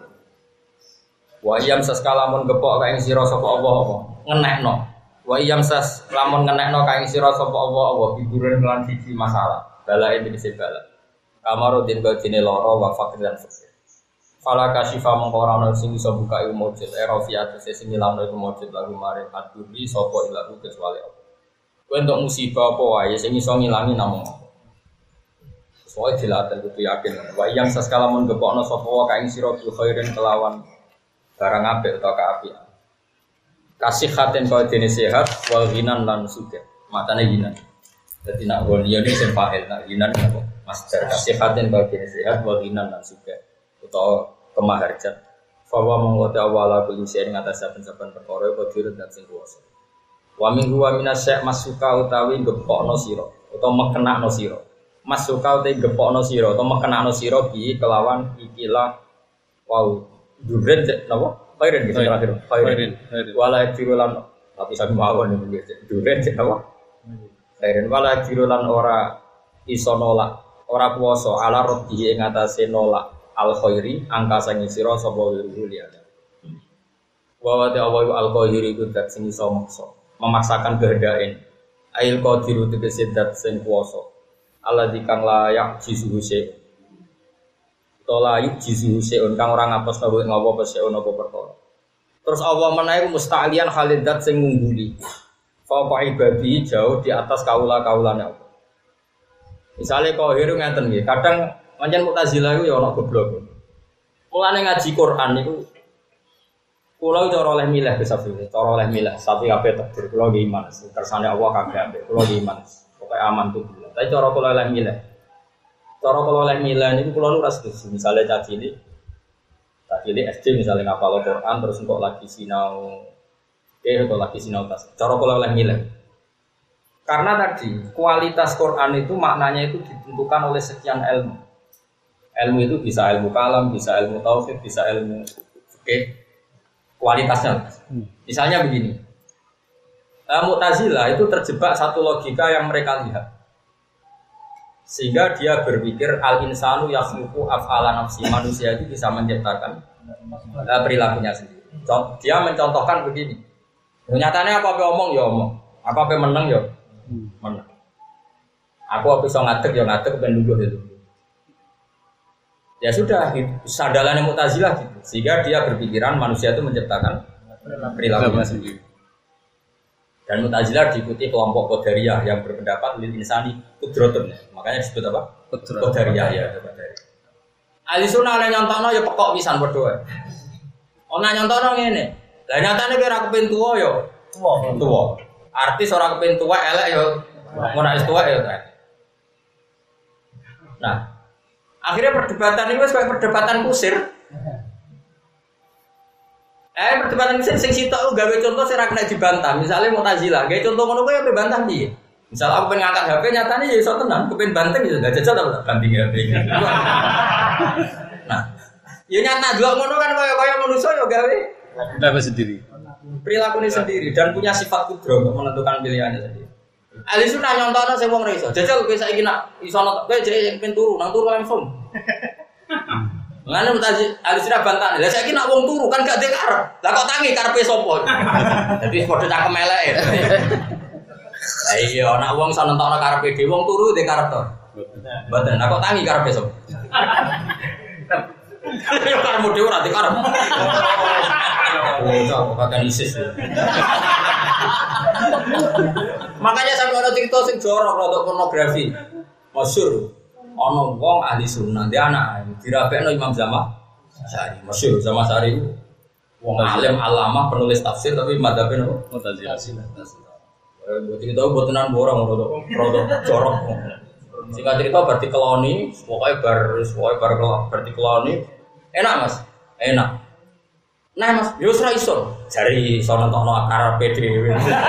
Wa yam saskalamun gepok kae sira sapa apa-apa ngenekno. Wa iyam sas lamun ngenekno kae sira sapa apa-apa hiburan kelan siji masalah. Balae iki bala. Kamarudin badine lara wa fakir lan fakir. Fala kasyifa mongko ora ana sing iso buka ilmu mujud era fiat sing ilangno iku mujud lagu mare aduri sapa ilahu kecuali apa. Kowe entuk musibah apa wae sing iso ngilangi namung apa. Soale dilaten kudu yakin. Wa iyam sas kalamun gepokno sapa wae kae sira bil khairin kelawan barang apik utawa kaapian. Kasih khaten kau jenis sehat, wal ginan lan suge. Matanya ginan. Jadi nak golian ini sempahel, nak ginan apa? Master kasih khaten kau jenis sehat, wal ginan lan suge. Atau kemaharjan. Fawa mengote awala kulisi yang atas saben-saben perkara qadirun dan sing kuwasa. Wa min huwa minasyai masuka utawi gepokno sira utawa mekenakno sira. Masuka utawi gepokno sira utawa mekenakno sira bi kelawan ikilah wau duren napa? Khairin gitu terakhir. Khairin. Wala jirulan tapi sampe mawon niku duren cek apa? Khairin wala jirulan ora iso nolak, ora kuwasa ala rodi ing atase nolak al khairi angka sing sira sapa wirulia. Wa wa ta'awu al khairi iku dat sing iso maksa, memaksakan kehendake. Ail qadiru tegese dat sing kuwasa. Allah dikang layak jisuhu se tola yuk jizu seun kang ora ngapus nopo ngopo seun nopo perkara. Terus Allah menawi musta'lian khalidat sing ngungguli. Fa fa ibadi jauh di atas kaula-kaulane Allah. Misale qahir ngeten nggih, kadang pancen Mu'tazilah iku ya ana goblok. Mulane ngaji Quran niku kula cara oleh milih besar-besar, cara oleh milih sapi kabeh takdir kula nggih iman, kersane Allah kabeh ambek kula nggih iman. Pokoke aman tuh. Tapi cara kula oleh milih cara kalau oleh milan itu kalau nuras setuju, misalnya caci ini, caci ini S D misalnya ngapal Quran terus untuk lagi sinau, eh atau lagi sinau tas. Cara kalau oleh milan, karena tadi kualitas Quran itu maknanya itu ditentukan oleh sekian ilmu. Ilmu itu bisa ilmu kalam, bisa ilmu tauhid, bisa ilmu fikih. Kualitasnya, misalnya begini, Mu'tazilah itu terjebak satu logika yang mereka lihat. Sehingga dia berpikir al-insanu yakhluqu af'ala nafsi, manusia itu bisa menciptakan uh, perilakunya sendiri. Dia mencontohkan begini. Nyatanya apa-apa omong ya omong, apa-apa menang ya menang. Aku apa bisa ngadeg ya ngadeg ben lungguh itu. Ya sudah, sandalannya Mu'tazilah gitu. Sehingga dia berpikiran manusia itu menciptakan perilakunya sendiri. Dan Mu'tazilah diikuti kelompok Qadariyah yang berpendapat lil insani qudratun. Makanya disebut apa? Qadariyah ya, Qadariyah. Ahli sunnah nek nyontokno ya pekok pisan padha. Ana nyontokno ngene. Lah nyatane kira kepen tuwa ya tuwa. Tuwa. Artis ora kepen tuwa elek ya ngono wis tuwa ya. Nah, akhirnya perdebatan ini wis kayak perdebatan kusir. Eh perdebatan sing sing sitok gawe contoh sing ra kena dibantah. Misale Mu'tazilah, gawe contoh ngono kuwi ape bantah piye? Misal aku pengen ngangkat H P nyatane ya iso tenan, kepen banteng ya enggak jajal ta ganti H P. Nah, ya nyata delok ngono kan kaya-kaya manusa ya gawe
Kenapa sendiri?
perilakunya sendiri dan punya sifat kudro untuk menentukan pilihannya sendiri. Ahli sunnah nyontokno sing wong ra iso. Jajal kowe saiki nak iso nonton kowe jek pengen turu, nang turu langsung. Ngene mutazi ahli sunnah bantah. Lah saiki nak wong turu kan gak ndek karep. Lah kok tangi karepe sapa? Dadi padha cangkem elek. Lah iya nak wong iso nentokno karepe dhewe wong turu ndek karep to. Mboten. Lah kok tangi karepe sapa? Ya karep dhewe ora ndek karep. Oh, kok kakek ISIS. Makanya sampai ada cerita sing jorok rodok pornografi. Masyhur ana wong ahli sunnah dia anak dirabekno Imam Zamaksyari. Masyhur Zamaksyari wong alim alama penulis tafsir tapi madzhabe nopo?
Mu'tazilah.
Eh cerita botenan borong rodok rodok jorok. Singkat cerita bar dikeloni, pokoke bar pokoke bar bar dikeloni. Enak Mas, enak. Nah Mas, yo ora iso. Jari iso nentokno karepe dhewe.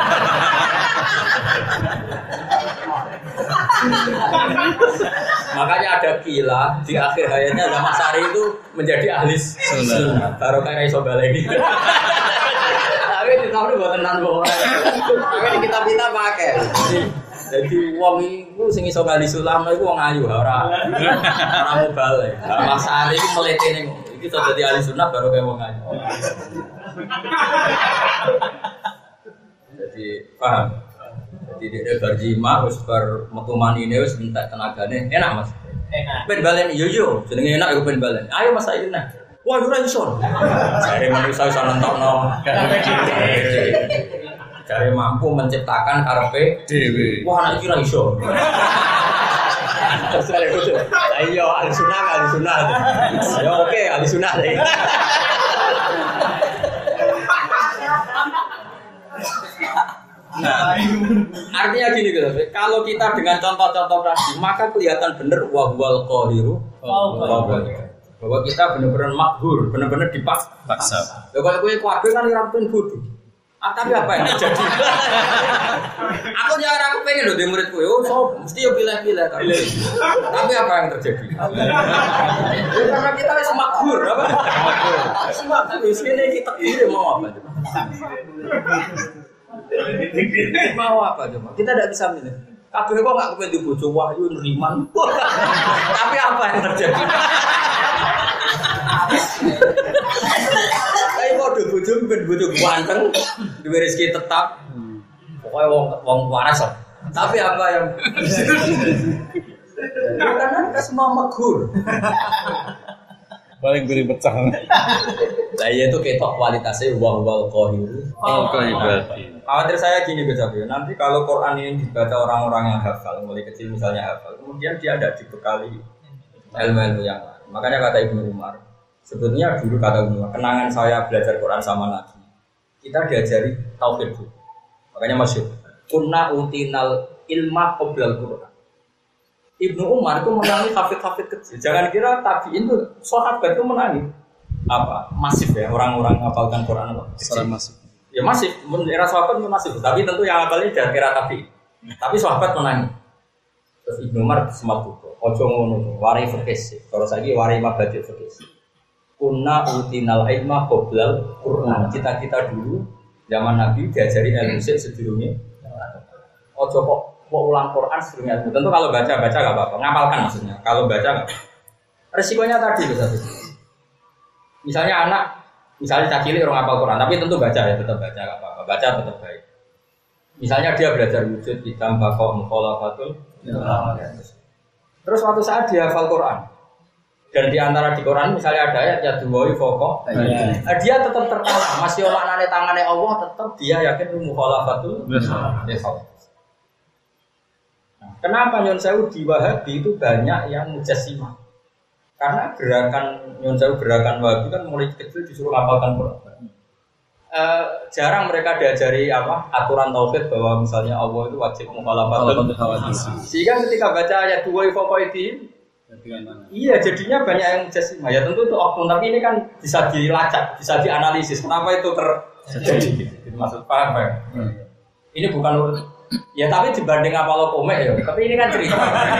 Makanya ada kila di akhir hayatnya Zamaksyari itu menjadi ahli sunnah. Baru kayak iso baleni. Tapi di tahun buat tenan kok. Tapi di kitab-kitab pakai. Jadi wong iku sing iso ahli sunnah iku wong ayu ora ora mubale. Zamaksyari iku meletene iki iso dadi ahli sunnah baru kayak wong ayu. Jadi paham. Jadi dia berjima, harus bermetumani ini, harus minta tenaganya. Enak Mas? Enak. Ben balen, yo yo, jenenge enak, aku ben balen. Ayo Mas saya enak. Wah, ora iso. Jare manusia iso nentokno. Jare mampu menciptakan karepe dhewe. Wah, nek iki ora iso. Terus ada betul. Ayo, ahli sunnah, ahli sunnah. Ayo oke, ahli sunnah. Nah, artinya gini gitu, kalau kita dengan contoh-contoh tadi, maka kelihatan benar wahwal qahiru, bahwa kita benar-benar makhlur, benar-benar dipaksa. Kalau gue kuatir kan ngerampin bodoh. Ah, tapi apa yang terjadi? Aku jangan aku pengen loh di muridku, oh so mesti yo pilih-pilih kan. Tapi apa yang terjadi? Karena kita harus makhlur, apa? Makhlur, sini kita ini mau apa? Mau apa coba? Kita tidak bisa milih. Kabeh kok enggak kepen di bojo wahyu neriman. Tapi apa yang terjadi? Kayak kode bojo ben bojo ganteng, duwe rezeki tetap. Pokoknya wong wong waras. Tapi apa yang karena kita semua maghur.
Paling gurih pecah.
Lah ya itu ketok kualitasnya wal wal qahir.
Oh, ibadi.
Khawatir saya gini Gus Abi, nanti kalau Quran ini dibaca orang-orang yang hafal, mulai kecil misalnya hafal, kemudian dia ada dibekali ilmu-ilmu yang lain. Makanya kata Ibnu Umar, sebetulnya dulu kata Ibnu Umar, kenangan saya belajar Quran sama Nabi, kita diajari tauhid dulu. Makanya masyhur, kunna utinal ilma qoblal Quran. Ibnu Umar itu menangi hafid-hafid kecil. Jangan kira tabiin itu sahabat itu menangi apa masif ya orang-orang ngapalkan Quran apa?
Secara masif.
Ya masif, era sahabat itu masif. Tapi tentu yang ngapalnya jangan kira tabi. Tapi sahabat menangi. Terus Ibnu Umar semat buku. Ojo ngono, wari fikih. Kalau lagi wari mabadi fikih. Kunna utinal ilma qoblal Quran. Kita-kita dulu zaman Nabi diajari ilmu sedurunge. Ojo kok mau ulang Quran sebelumnya. Tentu kalau baca-baca enggak apa-apa, ngapalkan maksudnya. Kalau baca enggak. Resikonya tadi Ustaz. Misalnya anak, misalnya cacili orang ngapal Quran, tapi tentu baca ya, tetap baca enggak apa-apa. Baca tetap baik. Misalnya dia belajar wujud hitam bakau mukhalafatul. Terus suatu saat dia hafal Quran. Dan di antara di Quran misalnya ada ayat ya duwai foko. Nah, dia tetap tertanam, masih maknane tangane Allah tetap dia yakin mukhalafatul. Kenapa Nyon Sewu di Wahabi itu banyak yang mujassimah? Karena gerakan Nyon Sewu, gerakan Wahabi kan mulai kecil disuruh hafalkan Quran. E, jarang mereka diajari apa aturan tauhid bahwa misalnya Allah itu wajib mukhalafatul. Sehingga ketika baca ayat dua faqaidi Iya, jadinya banyak yang jasimah. Ya tentu itu oknum, tapi ini kan bisa dilacak, bisa dianalisis. Kenapa itu terjadi? Maksud paham ya? Hmm. Ini bukan ya tapi dibanding Apollo Komek ya. Tapi ini kan cerita.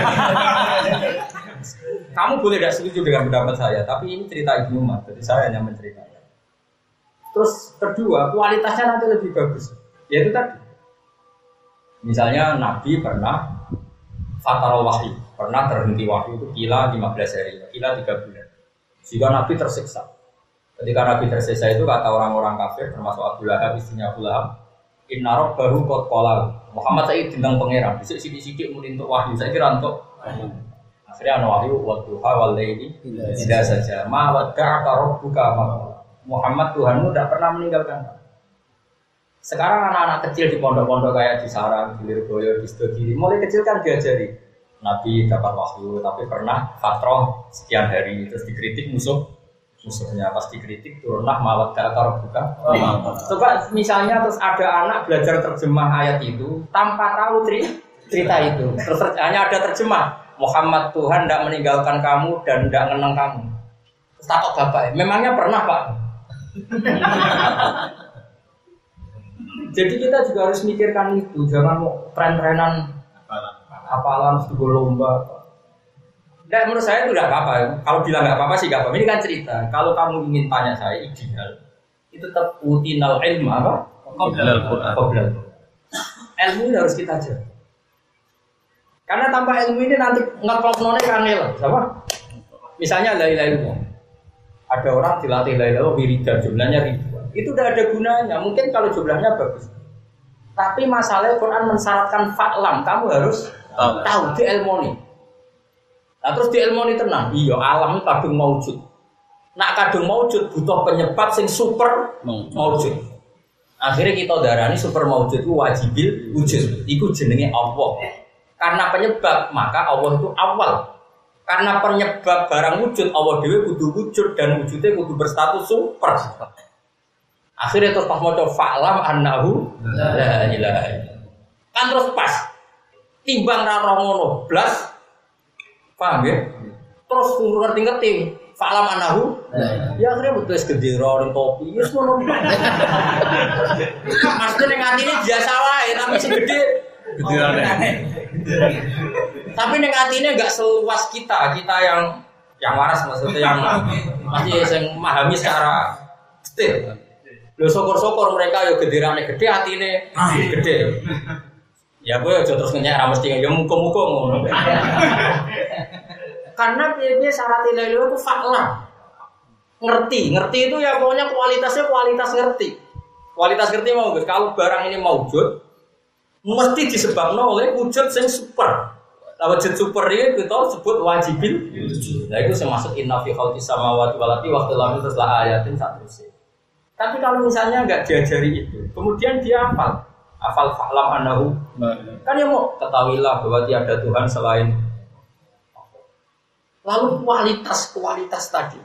Kamu boleh tidak setuju dengan pendapat saya, tapi ini cerita Ibnu Umar. Jadi saya hanya menceritakan. Terus kedua, kualitasnya nanti lebih bagus. Yaitu tadi. Misalnya Nabi pernah fatal wahyu, pernah terhenti wahyu itu kila lima belas hari, kila tiga bulan. Jika Nabi tersiksa. Ketika Nabi tersiksa itu kata orang-orang kafir termasuk Abu Lahab, istrinya Abu Lahab, inna rabbahu qad qala. Muhammad saya tentang pangeran, sithik-sithik muni untuk wahyu, saya kira untuk akhirnya ana wahyu wa duha wal laili idza saja. Ma wada'aka rabbuka ma. Muhammad Tuhanmu tidak pernah meninggalkan kamu. Sekarang anak-anak kecil di pondok-pondok kayak di Sarang, di Lirboyo, di Studi, mulai kecil kan diajari Nabi dapat wahyu, tapi pernah fatroh sekian hari, terus dikritik musuh, musuhnya pas dikritik turunlah mawat kata buka. Coba misalnya terus ada anak belajar terjemah ayat itu tanpa tahu cerita itu, terus hanya ada terjemah Muhammad Tuhan tidak meninggalkan kamu dan tidak ngenang kamu. Terus takut bapak, memangnya pernah pak? Jadi kita juga harus mikirkan itu, jangan mau tren-trenan hafalan sebuah lomba. Dan menurut saya itu tidak apa-apa. Kalau bilang nggak apa-apa sih nggak apa-apa. Ini kan cerita. Kalau kamu ingin tanya saya ideal, itu tetap utinal ilmu apa? Qoblal Qur'an. Ilmu ini harus kita jaga. Karena tanpa ilmu ini nanti ngeklop none kangen apa? Misalnya la ilaha illallah. Ada orang dilatih la ilaha illallah wiridan jumlahnya ribuan. Itu tidak ada gunanya. Mungkin kalau jumlahnya bagus. Tapi masalahnya Quran mensyaratkan fa'lam. Kamu harus tahu, tahu di ilmoni. Nah terus di ilmoni tenang. Iya alam itu kadung maujud. Nak kadung maujud butuh penyebab sing super maujud. Akhirnya kita darani super maujud itu wajibil wujud. Iku jenenge Allah. Karena penyebab maka Allah itu awal. Karena penyebab barang wujud Allah dewe kudu wujud dan wujudnya kudu berstatus super. Akhirnya terus pas mau coba fa'lam annahu la ilaha illallah. Kan terus pas timbang ra ngono blas. Paham ya? Terus ngerti-ngerti fa'lam annahu ya akhirnya betul gendera ning topi wis ngono. Maksudnya ning atine biasa wae tapi sing gede genderane. Tapi ning atine enggak seluas kita, kita yang yang waras maksudnya yang masih yang memahami secara detail. Lho syukur-syukur mereka yo genderane gede atine gede. Ya gue aja terus ngenyek ra mesti ya muga-muga ngono. Karena piye-piye syarat ilahi itu fakla. Ngerti, ngerti itu ya pokoknya kualitasnya kualitas ngerti. Kualitas ngerti mau Gus, kalau barang ini maujud mesti disebabkan oleh wujud yang super. Nah, wujud super ini kita sebut wajibil. Nah itu termasuk inna fi khalqis samawati wal ardi wa ikhtilafil terus la ayatin satrusih. Tapi kalau misalnya nggak diajari itu, kemudian dia hafal, hafal fa'lam annahu, kan ya mau ketahuilah bahwa tiada Tuhan selain. Lalu kualitas kualitas tadi,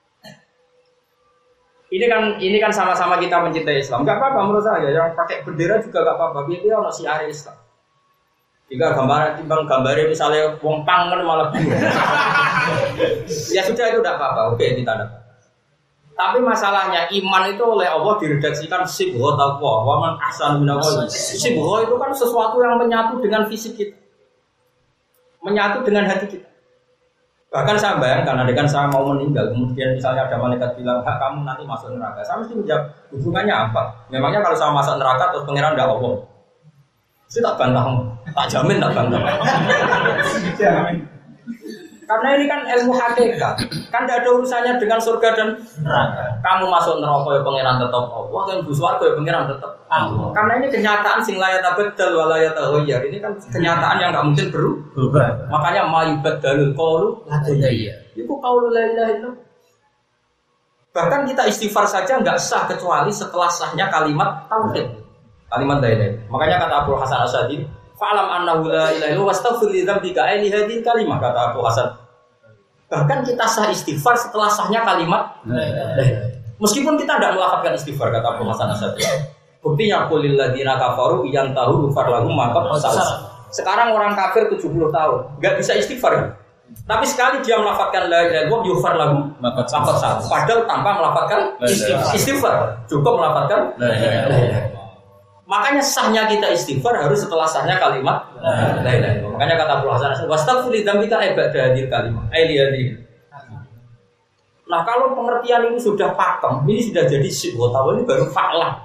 ini kan ini kan sama-sama kita mencintai Islam, nggak apa-apa menurut saya, yang pakai bendera juga nggak apa-apa, biar dia orang syiar Islam. Jika gambar timbang gambarnya misalnya wong pang kan malah bingung. Ya sudah itu tidak apa-apa, oke ditanda. Tapi masalahnya iman itu oleh Allah diredaksikan sibgha taqwa wa man ahsanu minallah. Sibgha itu kan sesuatu yang menyatu dengan fisik kita. Menyatu dengan hati kita. Bahkan saya bayangkan adegan saya mau meninggal kemudian misalnya ada malaikat bilang, "Hak kamu nanti masuk neraka." Saya mesti menjawab, hubungannya apa? Memangnya kalau saya masuk neraka terus pangeran enggak Allah? Saya tak bantah, tak jamin tak bantah. Jamin. Karena ini kan ilmu hakikat, kan tidak ada urusannya dengan surga dan neraka. Kamu masuk neraka ya pangeran tetap Allah, kan bus warga ya pangeran tetap Allah. Karena ini kenyataan sing la yatabaddal wa la yataghayyar. Ini kan kenyataan yang nggak mungkin berubah. Makanya mayubaddalul qaulu la yataghayyar. Itu qaulu la ilaha illallah. Bahkan kita istighfar saja nggak sah kecuali setelah sahnya kalimat tauhid, kalimat la ilaha. Makanya kata Abu Hasan Asy'ari, fa'lam annahu la ilaha illallah wastaghfir li dzambika ayli hadhihi kalimah, kata Abu Hasan. Bahkan kita sah istighfar setelah sahnya kalimat la ilaha. Meskipun kita tidak melafazkan istighfar, kata Abu Hasan Asy'ari. Buktinya qul lil ladzina kafaru yantahu ghafar lahum ma qad salaf. Sekarang orang kafir tujuh puluh tahun enggak bisa istighfar. Tapi sekali dia melafadzkan la ilaha illallah yufar lahu lafaz satu. Padahal tanpa melafadzkan istighfar, cukup melafadzkan la ilaha illallah. Makanya sahnya kita istighfar harus setelah sahnya kalimat la ilaha illallah. Makanya kata Abu Hasan, wastaghfir li dzambika ibada hadil kalimat. Ailiyadi. Nah, kalau pengertian ini sudah pakem, ini sudah jadi syi'wa, tahu ini baru fa'lah.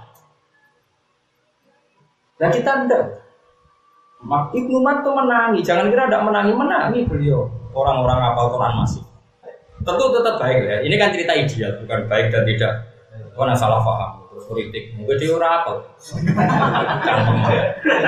Dan kita enggak. Ibnu Mat itu menangi, jangan kira tidak menangi, menangi beliau. Orang-orang hafal Quran masih. Tentu tetap baik ya. Ini kan cerita ideal, bukan baik dan tidak. Karena salah paham, terus kritik. Mungkin dia ora hafal. Cangkem ya.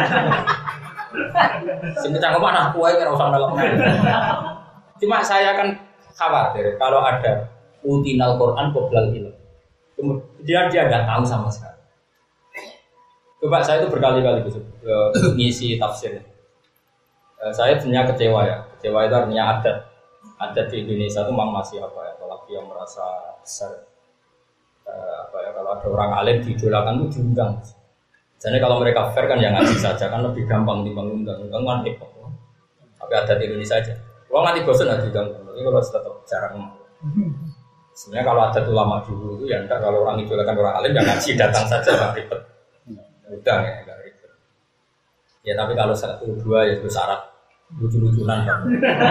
Sing cangkem anak kuwi ora usah melok. Cuma saya kan khawatir kalau ada utinal Quran qoblal ilm. Kemudian dia enggak tahu sama sekali. Coba saya itu berkali-kali ngisi tafsir. Saya sebenarnya kecewa ya. Kecewa itu artinya adat. Adat di Indonesia itu memang masih apa ya? Apalagi yang merasa besar. Apa ya? Kalau ada orang alim diidolakan itu diundang. Jadi kalau mereka fair kan ya ngaji saja kan lebih gampang dibanding undang-undang kan repot. Tapi adat di Indonesia aja. Kalau nanti bosan nanti diundang. Tapi kalau tetap jarang. Sebenarnya kalau adat ulama dulu itu ya enggak, kalau orang idolakan orang alim ya ngaji datang saja nggak ribet. Udah ya, enggak ribet. Ya tapi kalau satu dua ya itu syarat lucu-lucunan kan.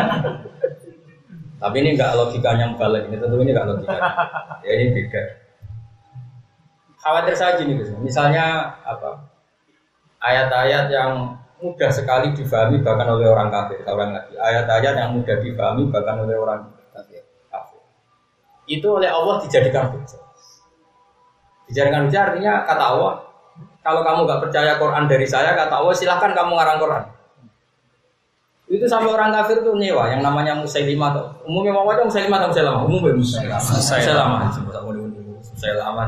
Tapi ini enggak logikanya balik, ini tentu ini enggak logikanya. Ya ini beda. Khawatir saya gini Gus. Misalnya apa? Ayat-ayat yang mudah sekali difahami bahkan oleh orang kafir, orang lagi. Ayat-ayat yang mudah difahami bahkan oleh orang kafir. Itu oleh Allah dijadikan hujah. Dijadikan hujah artinya kata Allah, kalau kamu nggak percaya Quran dari saya, kata Allah, silahkan kamu ngarang Quran. Itu sampai orang kafir tuh nyewa, yang namanya Musailimah. Umumnya mau aja Musailimah atau Musailamah? Umumnya Musailamah. Musailamah. Musailamah.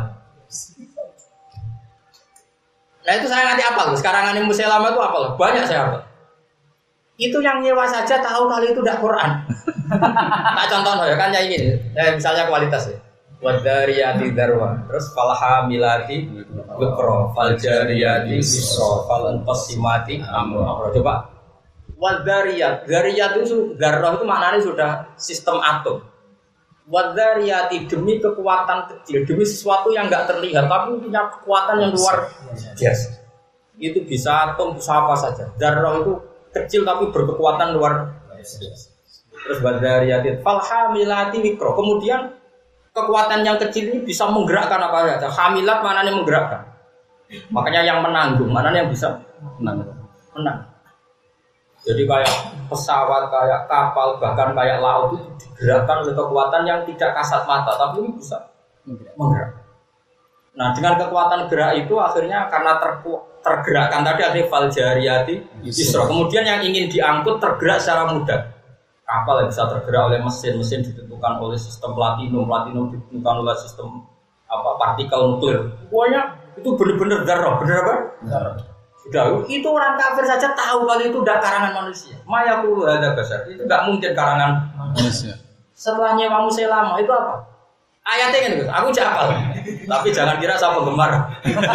Nah itu saya nanti apa loh? Sekarang ini Musailamah itu apa loh? Banyak saya apa? Itu yang nyewa saja tahu kali itu tidak Quran. Tak contoh ya kan kayak gini. Eh, misalnya kualitas ya. Wadariyati darwa, terus falhamilati wikro, faljariyati bisro, falantasimati amro. Coba wadariyat, dariyat itu darah itu maknanya sudah sistem atom. Wadariyati demi kekuatan kecil, demi sesuatu yang enggak terlihat tapi punya kekuatan yang luar biasa. Itu bisa atom, bisa apa saja. Darah itu kecil tapi berkekuatan luar biasa. Terus wadariyati falhamilati wikro, kemudian kekuatan yang kecil ini bisa menggerakkan apa saja. Hamilat mananya menggerakkan. Makanya yang menanggung, mananya yang bisa menang. Menang. Jadi kayak pesawat, kayak kapal, bahkan kayak laut itu digerakkan oleh kekuatan yang tidak kasat mata, tapi ini bisa menggerak. Nah, dengan kekuatan gerak itu akhirnya karena terku, tergerakkan tadi ada faljariyati isra. Kemudian yang ingin diangkut tergerak secara mudah. Kapal yang bisa tergerak oleh mesin, mesin ditentukan oleh sistem platinum, platinum ditentukan oleh sistem apa partikel nuklir. Pokoknya itu benar-benar darah, benar apa? Darah. Sudah, itu orang kafir saja tahu kalau itu tidak karangan manusia. Mayakulu ada besar, itu tidak mungkin karangan manusia. Setelah nyewa Musailamah itu apa? Ayatnya kan gitu, aku capal. Tapi jangan kira saya penggemar.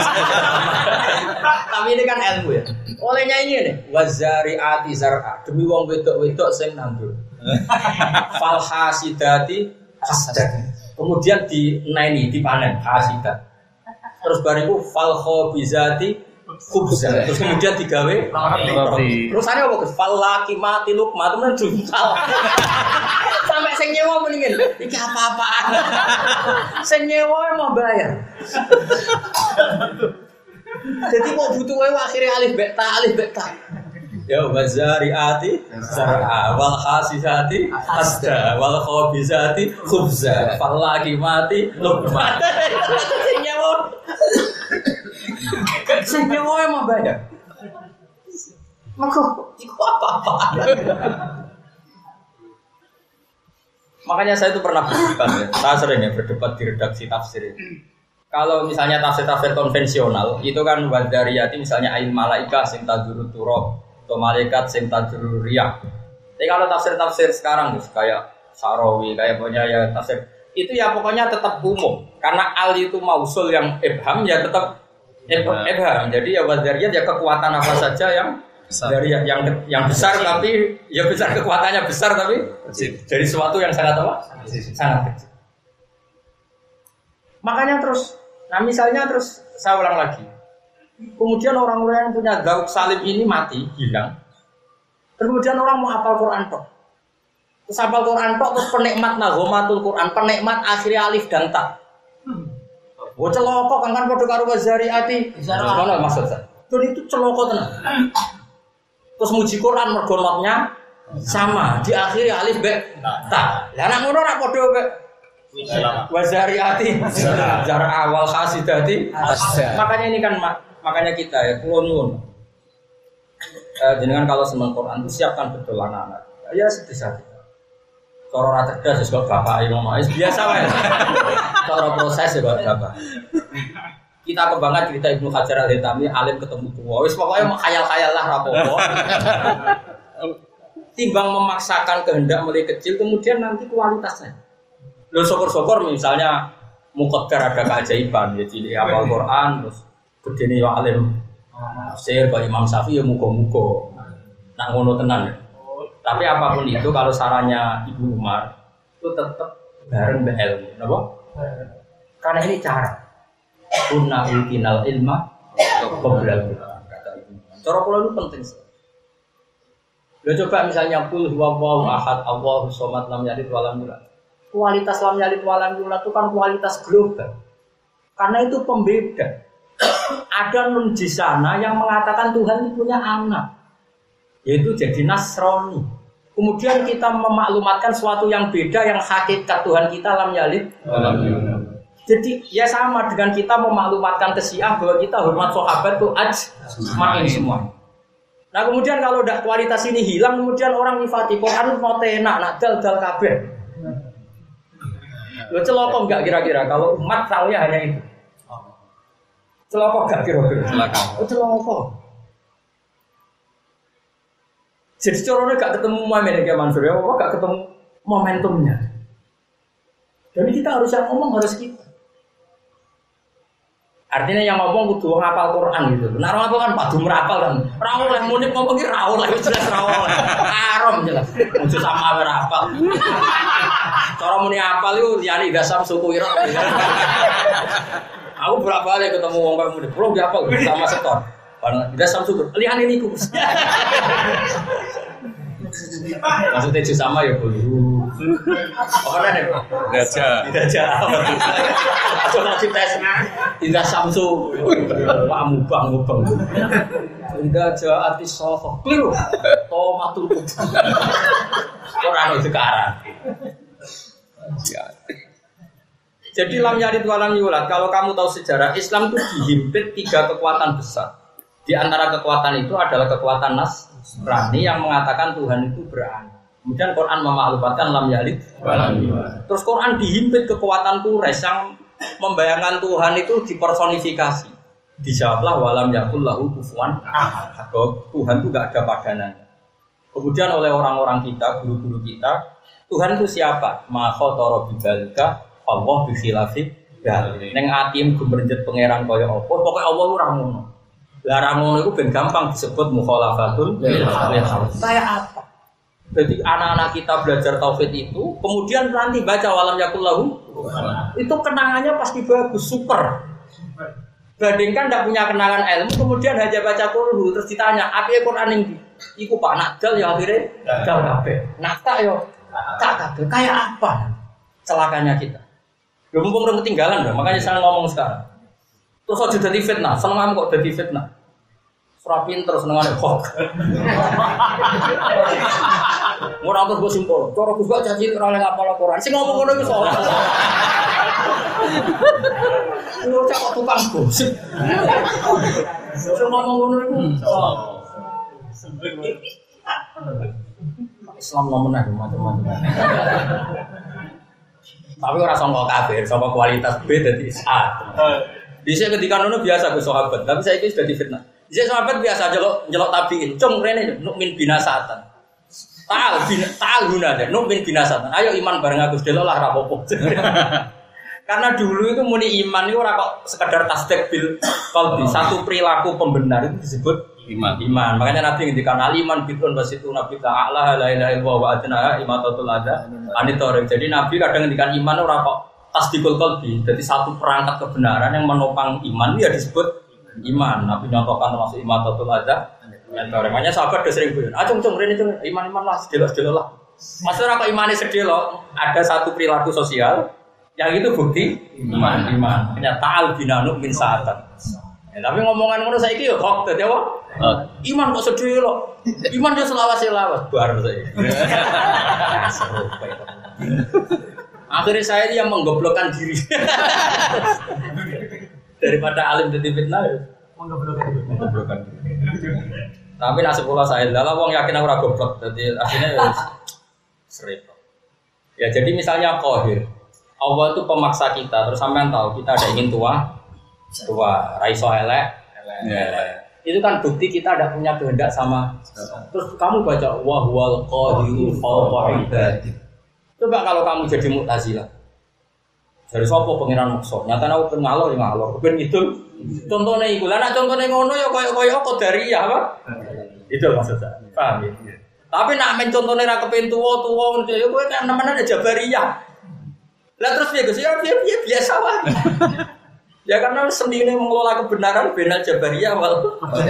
Tapi ini kan ilmu ya. Olehnya ini nih, wazari'ati zar'a, demi wong wedok-wedok sing nandur. Falhasidati hasdan. Kemudian dinaini, dipanen hasidat. Terus bariku falkhobizati khubzan. Terus kemudian digawe roti. Terus ada apa? Falakimati lukma, temen juntal. Sampai sing nyewa mendingin. Iki apa-apaan. Sing nyewa mau bayar. Jadi mau butuh wae akhirnya alif beta alif beta. Ya wazariati zar'a wal hasisati hasda wal khabizati khubza fal laqimati luqman. Sing nyewa. Sing nyewa mau bayar. Maka iku apa-apa. Makanya saya itu pernah berdebat ya. Saya sering ya berdebat di redaksi tafsir ini. Kalau misalnya tafsir-tafsir konvensional itu kan wadariyati misalnya ain malaika sing tadurut turab atau malaikat sing tadurur riyah. Tapi kalau tafsir-tafsir sekarang tuh kayak Sarawi kayak punya ya tafsir itu ya pokoknya tetap umum karena al itu mausul yang ibham ya tetap ibham. Jadi ya wadariyat ya kekuatan apa saja yang besar. Dari yang yang, yang besar tapi ya besar kekuatannya besar tapi kecil. Dari sesuatu yang sangat apa? Kecil. Sangat kecil. Makanya terus, nah misalnya terus saya ulang lagi. Kemudian orang-orang yang punya gauk salim ini mati, hilang. Kemudian orang mau hafal Quran tok. Terus hafal Quran tok terus penikmat naghomatul Quran, penikmat akhirnya alif dan ta. Oh celoko kan kan padha karo wazariati. Ngono maksud saya. Dan itu celoko tenan. Terus muji Quran mergo notnya sama, diakhiri alif be ta. Lah nek ngono ora padha be wazariati. Jar awal khasidati. Makanya ini kan makanya kita ya kula nyuwun. Eh jenengan kalau seneng Quran itu siapkan betul anak-anak. Ya sebisa kita. Cara ora cerdas wis kok bapak ngomong wis biasa wae. Cara proses ya bapak. Kita kebangga cerita Ibnu Hajar Al-Haytami alim ketemu tua. Wis pokoke mau khayal-khayal lah rapopo. Timbang memaksakan kehendak mulai kecil kemudian nanti kualitasnya. Lho syukur-syukur misalnya muqaddar ada keajaiban ya cilik hafal Quran terus gedene yo alim. Tafsir Pak Imam Syafi'i ya muga-muga. Nak ngono tenan. Tapi apapun itu kalau sarannya Ibu Umar itu tetap bareng be ilmu, napa? Karena ini cara. Kunna utinal ilma qabla kata Ibu. Cara kula itu penting sekali. Lo coba misalnya qul huwallahu ahad, Allahu somad, lam yalid wa lam yulad. Kualitas lam yalid wa lam yulad itu kan kualitas global. Karena itu pembeda. Ada nun di sana yang mengatakan Tuhan itu punya anak. Yaitu jadi Nasrani. Kemudian kita memaklumatkan sesuatu yang beda yang hakikat Tuhan kita lam yalid wa lam yulad. Jadi ya sama dengan kita memaklumatkan ke Syiah bahwa kita hormat sahabat itu ajma'in semua. Nah kemudian kalau udah kualitas ini hilang, kemudian orang nifati Quran mau tenak, nak dal-dal kabeh. Lo celoko enggak kira-kira kalau umat tahunya hanya itu? Celoko enggak kira-kira? Celoko. Oh celoko. Jadi corone enggak ketemu momen kayak Mansur ya, apa enggak ketemu momentumnya. Jadi kita harus yang ngomong harus kita. Artinya yang ngomong kudu ngapal Quran gitu. Nah, orang apa kan padu merapal kan. Ra oleh muni ngomong ki ra oleh jelas ra oleh. Haram jelas. Ojo sama ora apal. Cara muni apal iku liyane dasam suku ira. Aku berapa kali ketemu wong kaya muni, "Bro, dia apal sama setor." Padahal dasam suku. Liyane niku. Maksudnya itu sama ya boleh. Apa nih?
Gajah.
Gajah. Coba tes. Tidak samsu. Pak mubang mubang. Gajah ati sofa. Keliru. Tomatul. Orang itu sekarang. Jadi lam yalid wa lam yulad. Kalau kamu tahu sejarah Islam itu dihimpit tiga kekuatan besar. Di antara kekuatan itu adalah kekuatan Nasrani yang mengatakan Tuhan itu beranak. Kemudian Quran memaklumatkan lam yalid wa lam yulad. Terus Quran dihimpit kekuatan Quraisy yang membayangkan Tuhan itu dipersonifikasi. Dijawablah walam yakul lahu kufuwan ahad. Tuhan itu enggak ada padanannya. Kemudian oleh orang-orang kita, guru-guru kita, Tuhan itu siapa? Ma khatara bidzalika Allah bi khilafik dal. Ning atim gemerjet pangeran kaya apa? Pokoke Allah ora ngono. Lah ra ngono iku ben gampang disebut mukhalafatul kayak apa? Jadi anak-anak kita belajar tauhid itu, kemudian nanti baca walam yakul lahu, itu kenangannya pasti bagus, super. Bandingkan tidak punya kenangan ilmu, kemudian hanya baca Qur'an, terus ditanya, apa ya Qur'an ini? Iku Pak Nakdal ya akhirnya dal kabeh. Nakta yo tak kabeh. Kayak apa? Celakanya kita. Belum mumpung ketinggalan dah, makanya saya ngomong sekarang. Terus aja jadi fitnah, seneng kok jadi fitnah. Surah pinter senengane kok. Ora terus gue simpul. Cara Gus gak janji ora oleh ngapal Quran. Sing ngomong ngono iku sapa? Lu cak tukang gosip. Sing ngomong ngono iku sapa? Islam nomenah macam-macam. Tapi ora sangka kafir, sangka kualitas B dadi A. Dhisik ketika ngono biasa Gus sahabat, tapi saiki sudah difitnah. Dhisik sahabat biasa jelok jelok tabiin, cung rene mukmin binasatan. Ta'al bin ta'al guna deh, mukmin binasatan. Ayo iman bareng aku delok lah rapopo. Karena dulu itu muni iman itu ora kok sekedar tasdik bil qalbi, satu perilaku pembenar itu disebut
Iman.
Iman. Makanya Nabi ngendikan aliman bidun wasitu nabi ta'ala la ilaha illallah wa adna imatatul adza anitorik. Jadi Nabi kadang ngendikan iman ora kok tasdikul qalbi. Jadi satu perangkat kebenaran yang menopang iman ya disebut iman. Nabi nyontohkan termasuk imatatul adza anitorik. Makanya sahabat udah sering bilang, "Ah, cung-cung rene cung, iman-iman lah, sedelo-sedelo lah." Maksudnya kok imane sedelo, ada satu perilaku sosial yang itu bukti iman. Iman. Hanya ta'al binanu min sa'atan. Ya, tapi ngomongan ngono saiki yo kok dadi apa? Oh. Iman kok sedih lo. Iman dia selawas-selawas bar saya. Akhirnya saya yang menggoblokkan diri. Daripada alim jadi fitnah ya. Menggoblokkan diri. Tapi nasib pula saya dalah wong yakin aku ora goblok. Dadi akhirnya ya serip. Ya jadi misalnya qahir. Allah itu pemaksa kita, terus sampean tahu kita ada ingin tua, tua, raiso elek, elek. Itu kan bukti kita ada punya kehendak sama. Terus kamu baca wa huwal qahiru fawqa ibadi. Coba kalau kamu jadi Mu'tazilah. Dari sapa pengiran maksa? Nyatane aku ben ngalor ngalor, ben itu. Contone iku. Lah nek contone ngono ya kaya-kaya qadariyah apa? Itu maksud saya. Paham ya? Tapi nek men contone ra kepen tuwa-tuwa ngono ya kowe kan nemenan jabariyah. Lah terus dia ya, dia, dia biasa wae. Ya karena sendiri mengelola kebenaran benar jabariyah wal.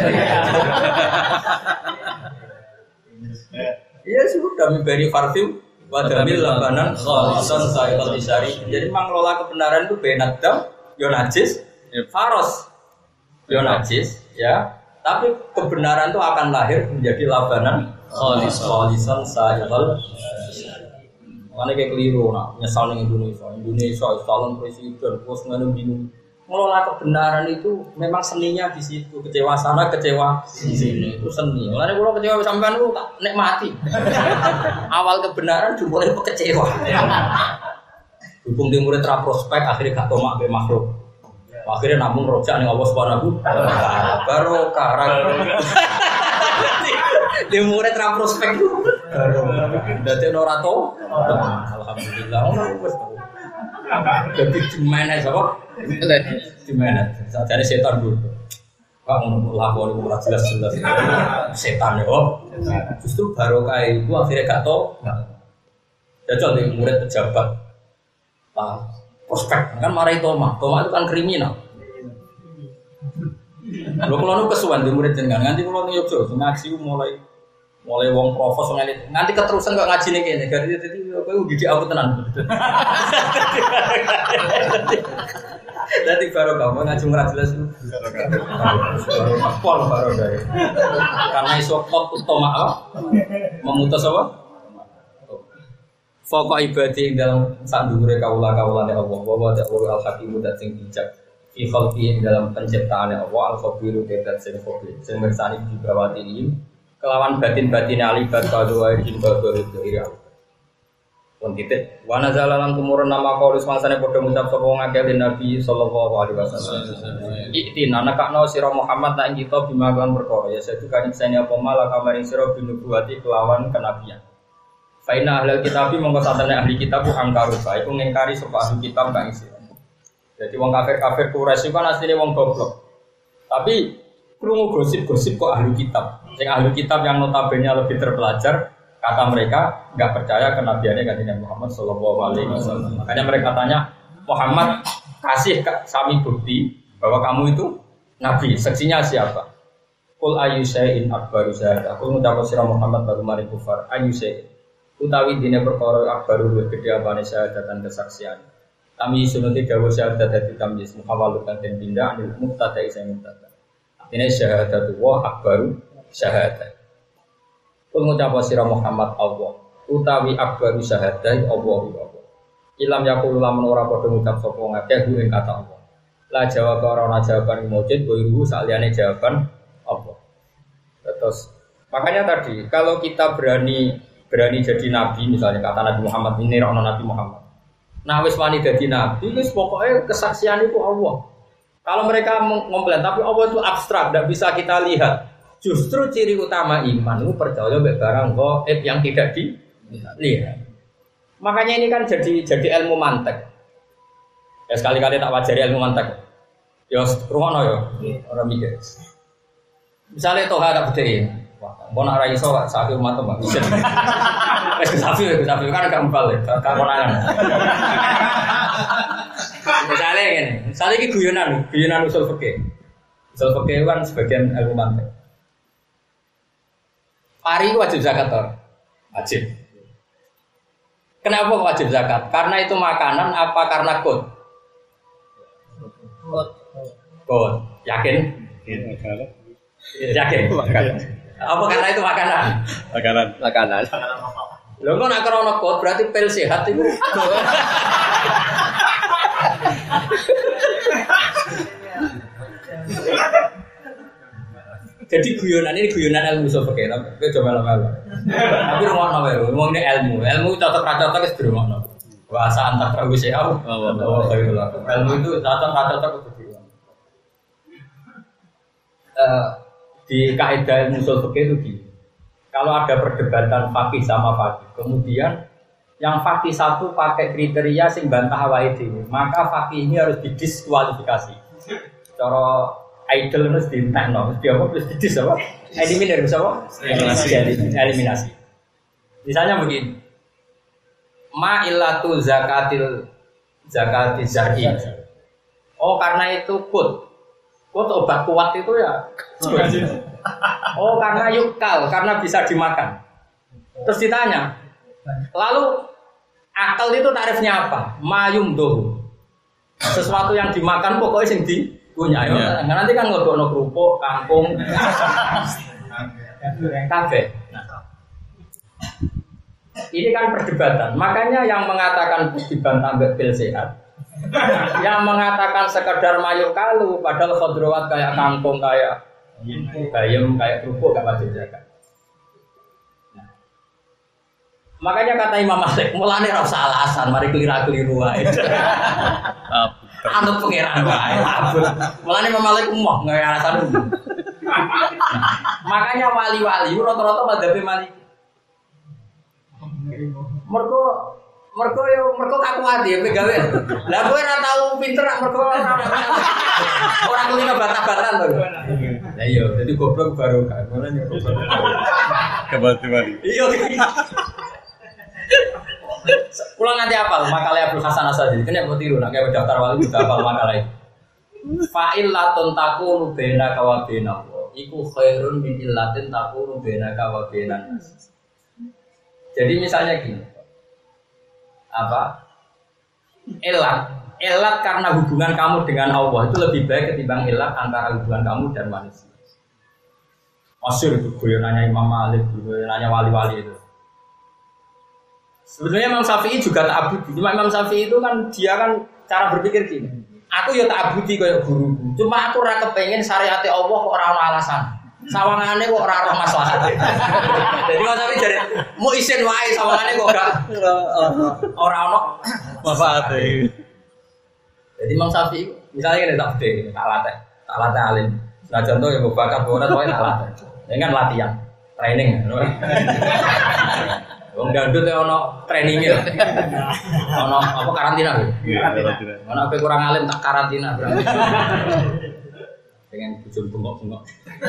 Iya sudah memberi fartiu wadamil labanan khalisan sa'iqal isari. Jadi mengelola kebenaran itu benar dam, yo najis, faros, yo najis, ya. Tapi kebenaran itu akan lahir menjadi labanan khalisan sa'iqal mana kayak keliru, nak nyesal nih Indonesia, Indonesia calon presiden, terus nganu bingung. Ngelola kebenaran itu memang seninya di situ, kecewa sana, kecewa di sini, itu seni. Makanya kalau kecewa sampean itu tak nikmati. Awal kebenaran dimulai kecewa. Hubung timur tra prospek, akhirnya gak tomak be makhluk. Akhirnya namun rojak nih Allah Subhanahu baru karang. Timur tra prospek itu. Dadi ora to. Alhamdulillah ono wis to. Dadi dimana sapa? Dimana? Sajane setan dulu. Kok ngono lakon iku ora jelas-jelas. Setan yo. Justru barokah iku akhirnya gak to. Jajal di murid pejabat. Lah, prospek kan marai toma. Toma itu kan kriminal. Lho kula nu kesuwen di murid jenengan nganti kula nu Yogyakarta ngaji mulai mulai wong profos nganti nanti keterusan kok ngaji ning kene jadi dadi kowe didik aku tenan. Dadi baru kamu ngaji ora jelas. Pol baru gawe. Karena iso kok utama apa? Memutus apa? Faqo ibadi dalam sak dhuwure kawula-kawulane Allah. Wa ta'ala al-hakim dat sing bijak. Fi khalqi dalam penciptaane Allah al-khabiru dat sing khabir. Sing mirsani dibawati ini kelawan batin-batin alibat kadua izin babar itu ira. Pun titik wa nazala lan tumurun nama qaulus masane padha ngucap sapa wong akeh Nabi sallallahu alaihi wasallam. Iktin anakno sira Muhammad tak kita bimakan perkara ya sedu kan sene apa malah kamaring sira binubuwati kelawan kenabian. Fa inna ahlul kitabi mongko satene ahli kitab ku angkaru bae iku ngingkari sapa ahli kitab kang isi. Jadi wong kafir-kafir Quraisy kan asline wong goblok. Tapi krungu gosip-gosip kok ahli kitab. Yang ahli kitab yang notabene lebih terpelajar, kata mereka enggak percaya kenabiannya kanjeng Muhammad sallallahu alaihi wasallam. Makanya mereka tanya, "Muhammad, kasih kami bukti bahwa kamu itu nabi. Saksinya siapa?" Qul ayyu syai'in akbaru syahadah. Aku ngucap sira Muhammad baru mari kufar. Ayyu syai'in. Utawi dene perkara akbaru luwih gedhe apane syahadat dan kesaksian. Kami sunati dawuh syahadat dadi tamyiz muhawwalukan den pindah anil mubtada isa mubtada. Ini syahadatu wa akbaru syahadat. Kul ngucap sira Muhammad Allah utawi akbaru syahadat Allah Allah. Ilam yaqulu lamun ora padha ngucap sapa ngakeh ing kata Allah. La jawab ora ana jawaban mujid boiru saliyane jawaban Allah. Terus makanya tadi kalau kita berani berani jadi nabi misalnya kata Nabi Muhammad ini ora ana Nabi Muhammad. Nah wis wani dadi nabi wis pokoke kesaksian itu Allah. Kalau mereka mengkomplain, tapi Allah itu abstrak, tidak bisa kita lihat. Justru ciri utama iman itu percaya bahwa barang gaib yang tidak dilihat. Makanya ini kan jadi jadi ilmu mantek. Ya sekali-kali tak wajari ilmu mantek. Ya rumono ya, orang mikir. Misalnya toha tak bedheki. Wah, mau nak ra iso sapi umat Mbak. Wis sapi, wis sapi kan gak mbal, gak konangan. Misalnya ngene, misalnya iki guyonan, guyonan usul fikih. Usul fikih kan sebagian ilmu mantek. Pari itu wajib zakat toh? Wajib. Kenapa wajib zakat? Karena itu makanan apa karena kod? Kod. Yakin? Yakin? Makanan. Apa karena itu makanan?
Makanan. Makanan.
Lho kok nak krono kod berarti pil sehat itu. Jadi guyonan ini guyonan ilmu sofek ya, tapi coba lama-lama. Tapi rumah nama ya, ngomong ini ilmu, ilmu cocok cocok es di rumah nama. Bahasa antar perahu sehat, oh kayak ilmu itu cocok cocok es di rumah. Di kaidah ilmu sofek itu gini, kalau ada perdebatan fakih sama fakih, kemudian yang fakih satu pakai kriteria sing bantah awake dhewe, maka fakih ini harus didiskualifikasi. Cara idol harus diintakno, dia apa terus didis apa? Eliminir bisa apa? Eliminasi. Eliminasi. Misalnya begini. Ma illatu zakatil zakati zar'i. Oh karena itu kut. Kut obat kuat itu ya. Oh karena yukal, karena bisa dimakan. Terus ditanya, lalu akal itu tarifnya apa? Mayumdoh. Sesuatu yang dimakan pokoknya sing di punya ya. Nah, nanti kan ngodokno kerupuk, kangkung, kafe. Nah, ini kan perdebatan. Makanya yang mengatakan dibantah pil sehat, yang mengatakan sekedar mayuk kalu, padahal khodrowat kayak kangkung, kayak bayam, kayak kerupuk gak wajib zakat. Nah, makanya kata Imam Malik, mulane ora usah alasan, mari keliru-keliru wae. Anut pengiran wae. Mulane Imam Malik umum nggak alasan umum. Makanya wali-wali rata-rata madzhab Maliki. Mergo mergo yo mergo kaku ati pegawe. Lah kowe ora tau pinter mergo ora kuliah bantah-bantahan to. Lah iya, dadi goblok baru kan. Mulane goblok.
Kebal-kebal.
Iya. Pulang nanti apal makalah Abdul Hasan Asadili. Kena mau tiru nak kayak daftar wali udah apal makalah itu. Fa'il latun takunu bena kawabena. Iku khairun min illatin takunu bena kawabena. Jadi misalnya gini, apa? Ilat, ilat karena hubungan kamu dengan Allah itu lebih baik ketimbang ilat antara hubungan kamu dan manusia. Masyhur itu guyonannya Imam Malik, guyonannya wali-wali itu. Sebenarnya Imam Syafi'i juga ta'abudi. Cuma Imam Syafi'i itu kan dia kan cara berpikir gini. Aku ya ta'abudi kayak guru. Cuma aku ora kepengin syariat Allah kok ora ono alasan. Sawangane kok ora ono maslahat. Jadi Imam Syafi'i jadi mau isin wae sawangane kok gak ora ono manfaat. Jadi Imam Syafi'i misalnya ngene tak bedhe, tak latih, tak latih alim. Nah contoh yang bakat ora wae tak latih. Ini kan latihan, training. Wong gandut ya ono trainingnya, ono apa karantina gitu. Ono apa kurang alim tak karantina berarti. Pengen bujur bengok-bengok.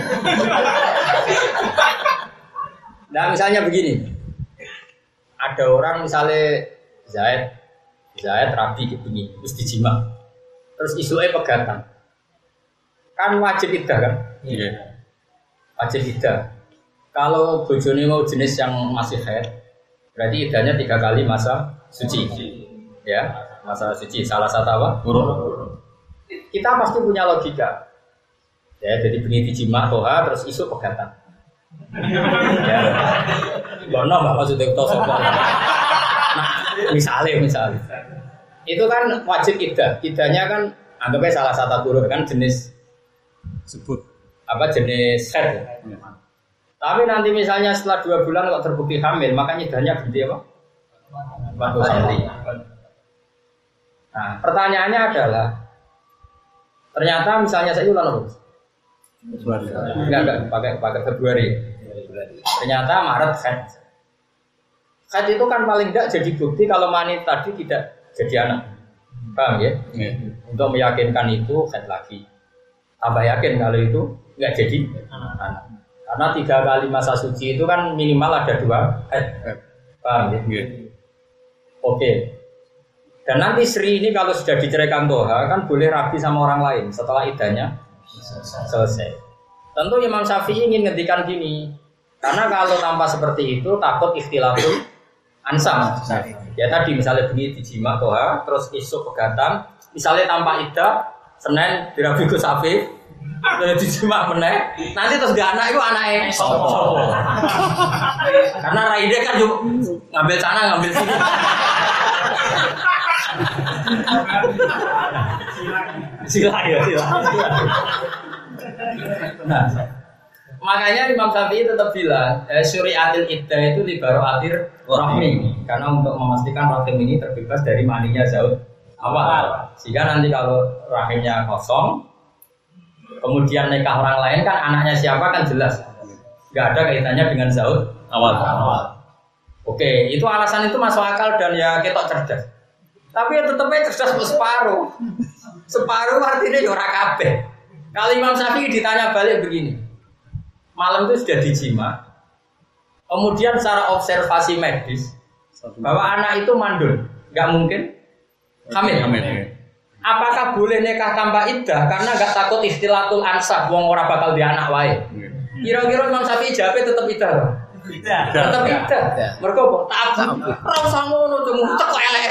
Nah misalnya begini, ada orang misalnya Zaid, Zaid rabi begini, terus dijima, terus isuke pegatan, kan wajib iddah kan? Iya. Wajib iddah. Kalau bojone mau jenis yang masih haid, berarti idahnya tiga kali masa suci, ya masa suci. Salah satu apa? Buruk. Kita pasti punya logika, ya. Jadi bengi dijima toha terus isu pegatan. Ya, bono mbak maksudnya kita sopan. Nah, misalnya, misalnya, itu kan wajib idah. Idahnya kan anggapnya salah satu buruk kan jenis sebut apa jenis haid. Ya. Tapi nanti misalnya setelah dua bulan kok terbukti hamil, makanya idahnya berhenti apa? empat puluh sentimeter. Nah, pertanyaannya adalah, ternyata misalnya saya ulang apa? Enggak, enggak, pakai pakai Februari. Ternyata Maret haid. Haid itu kan paling enggak jadi bukti kalau mani tadi tidak jadi anak. Paham ya? Untuk meyakinkan itu haid lagi. tambah yakin kalau itu nggak jadi anak. Karena tiga kali masa suci itu kan minimal ada dua head. Paham ya? Yeah. Oke. Dan nanti Sri ini kalau sudah diceraikan Toha kan boleh rabi sama orang lain setelah idahnya selesai. Tentu Imam Syafi'i ingin ngendikan gini. Karena kalau tanpa seperti itu takut ikhtilaful ansam. Ya tadi misalnya begini dijima Toha, terus isuk pegatan, misalnya tanpa idah, Senin dirabi Gus Afif, terus dijima meneh, nanti terus gak anak itu anaknya sopo. Karena Raide kan juga ngambil sana ngambil sini. Sila ya sila. Nah, makanya Imam Syafi'i tetap bilang eh, syuriatil iddah itu libaroatir rahmi, karena untuk memastikan rahim ini terbebas dari maninya zaud awal. Sehingga nanti kalau rahimnya kosong, kemudian nikah orang lain kan anaknya siapa kan jelas, nggak ada kaitannya dengan zaud awal. awal. Oke, itu alasan itu masuk akal dan ya ketok cerdas. Tapi ya tetapnya cerdas separuh. Separuh artinya ya ora kabeh. Kalau Imam Syafi'i ditanya balik begini, malam itu sudah dijima, kemudian secara observasi medis bahwa anak itu mandul, nggak mungkin hamil. Apakah boleh nikah tanpa iddah karena nggak takut ikhtilatul ansab, wong ora bakal di anak wae? Kira-kira Imam Syafi'i jawabnya tetap iddah. Tetap iddah. Mergo kok tak ora usah ngono cuma cek kok elek.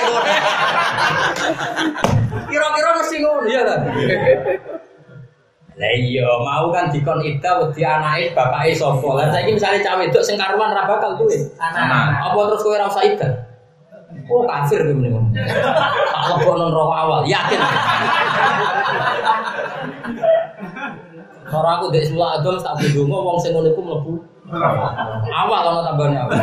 Kira-kira mesti ngono ya kan? Lah iya mau kan dikon iddah wedi anake bapake sapa. Lah saiki misale cah wedok sing karuan ra bakal duwe anak. Apa terus kowe ora usah iddah? Oh kafir kowe meneng. Tak lebokno neraka awal, yakin. Ora aku ndek sula adom tak ndonga wong sing ngono iku mlebu awal ana tambane awal.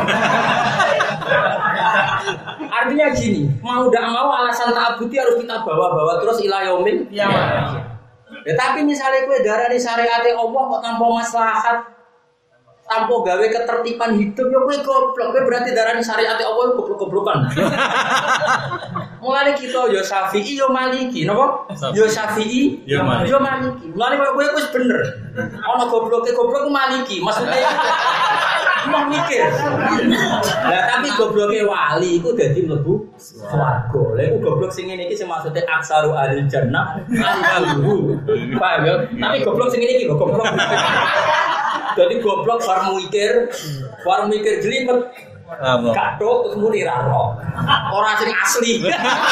Artinya gini, mau tidak mau alasan ta'abbudi harus kita bawa-bawa terus ila yaumil qiyamah. Ya tapi misalnya kowe darani syariate Allah kok tanpa maslahat, tanpa gawe ketertiban hidup ya kowe goblok. Kowe berarti darani syariate Allah goblok-goblokan. Mulane kita ya Syafi'i ya Maliki, napa? Ya Syafi'i ya Maliki. Mulane kowe wis bener. Ana gobloke goblok ku Maliki, maksudnya mau mikir. Lah tapi gobloke wali iku dadi mlebu swarga. Lah iku goblok sing ngene iki sing maksude aksaru ahli jannah allahu. Paham ya? Tapi goblok sing ngene iki lho goblok. Dadi goblok bar mikir, bar mikir jelimet. Kathok terus muni ra ro. Ora sing asli.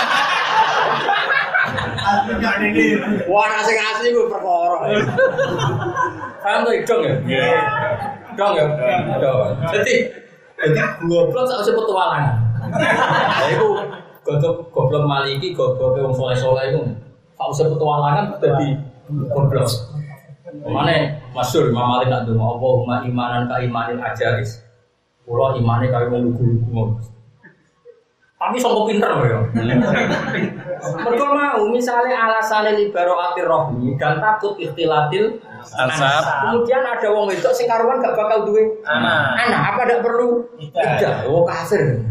Asli gak iki. Ora sing asli ku perkara. Paham to dong ya? Nggih. Dong ya. Dong. Dadi dadi goblok sak usah petualangan. Lah iku goblok goblok Maliki, goblok wong saleh-saleh iku. Sak usah petualangan dadi goblok. Mane masyhur Imam Malik nak ndonga Allahumma imanan ka imanil ajaris. Kula imane kaya wong lugu-lugu. Tapi sangko pinter ya. Mergo mau misale alasane libaroatir rohmi dan takut ikhtilatil ansab. Kemudian ada wong wedok sing karuan gak bakal duwe anak. Anak apa ndak perlu? Tidak. Oh kafir.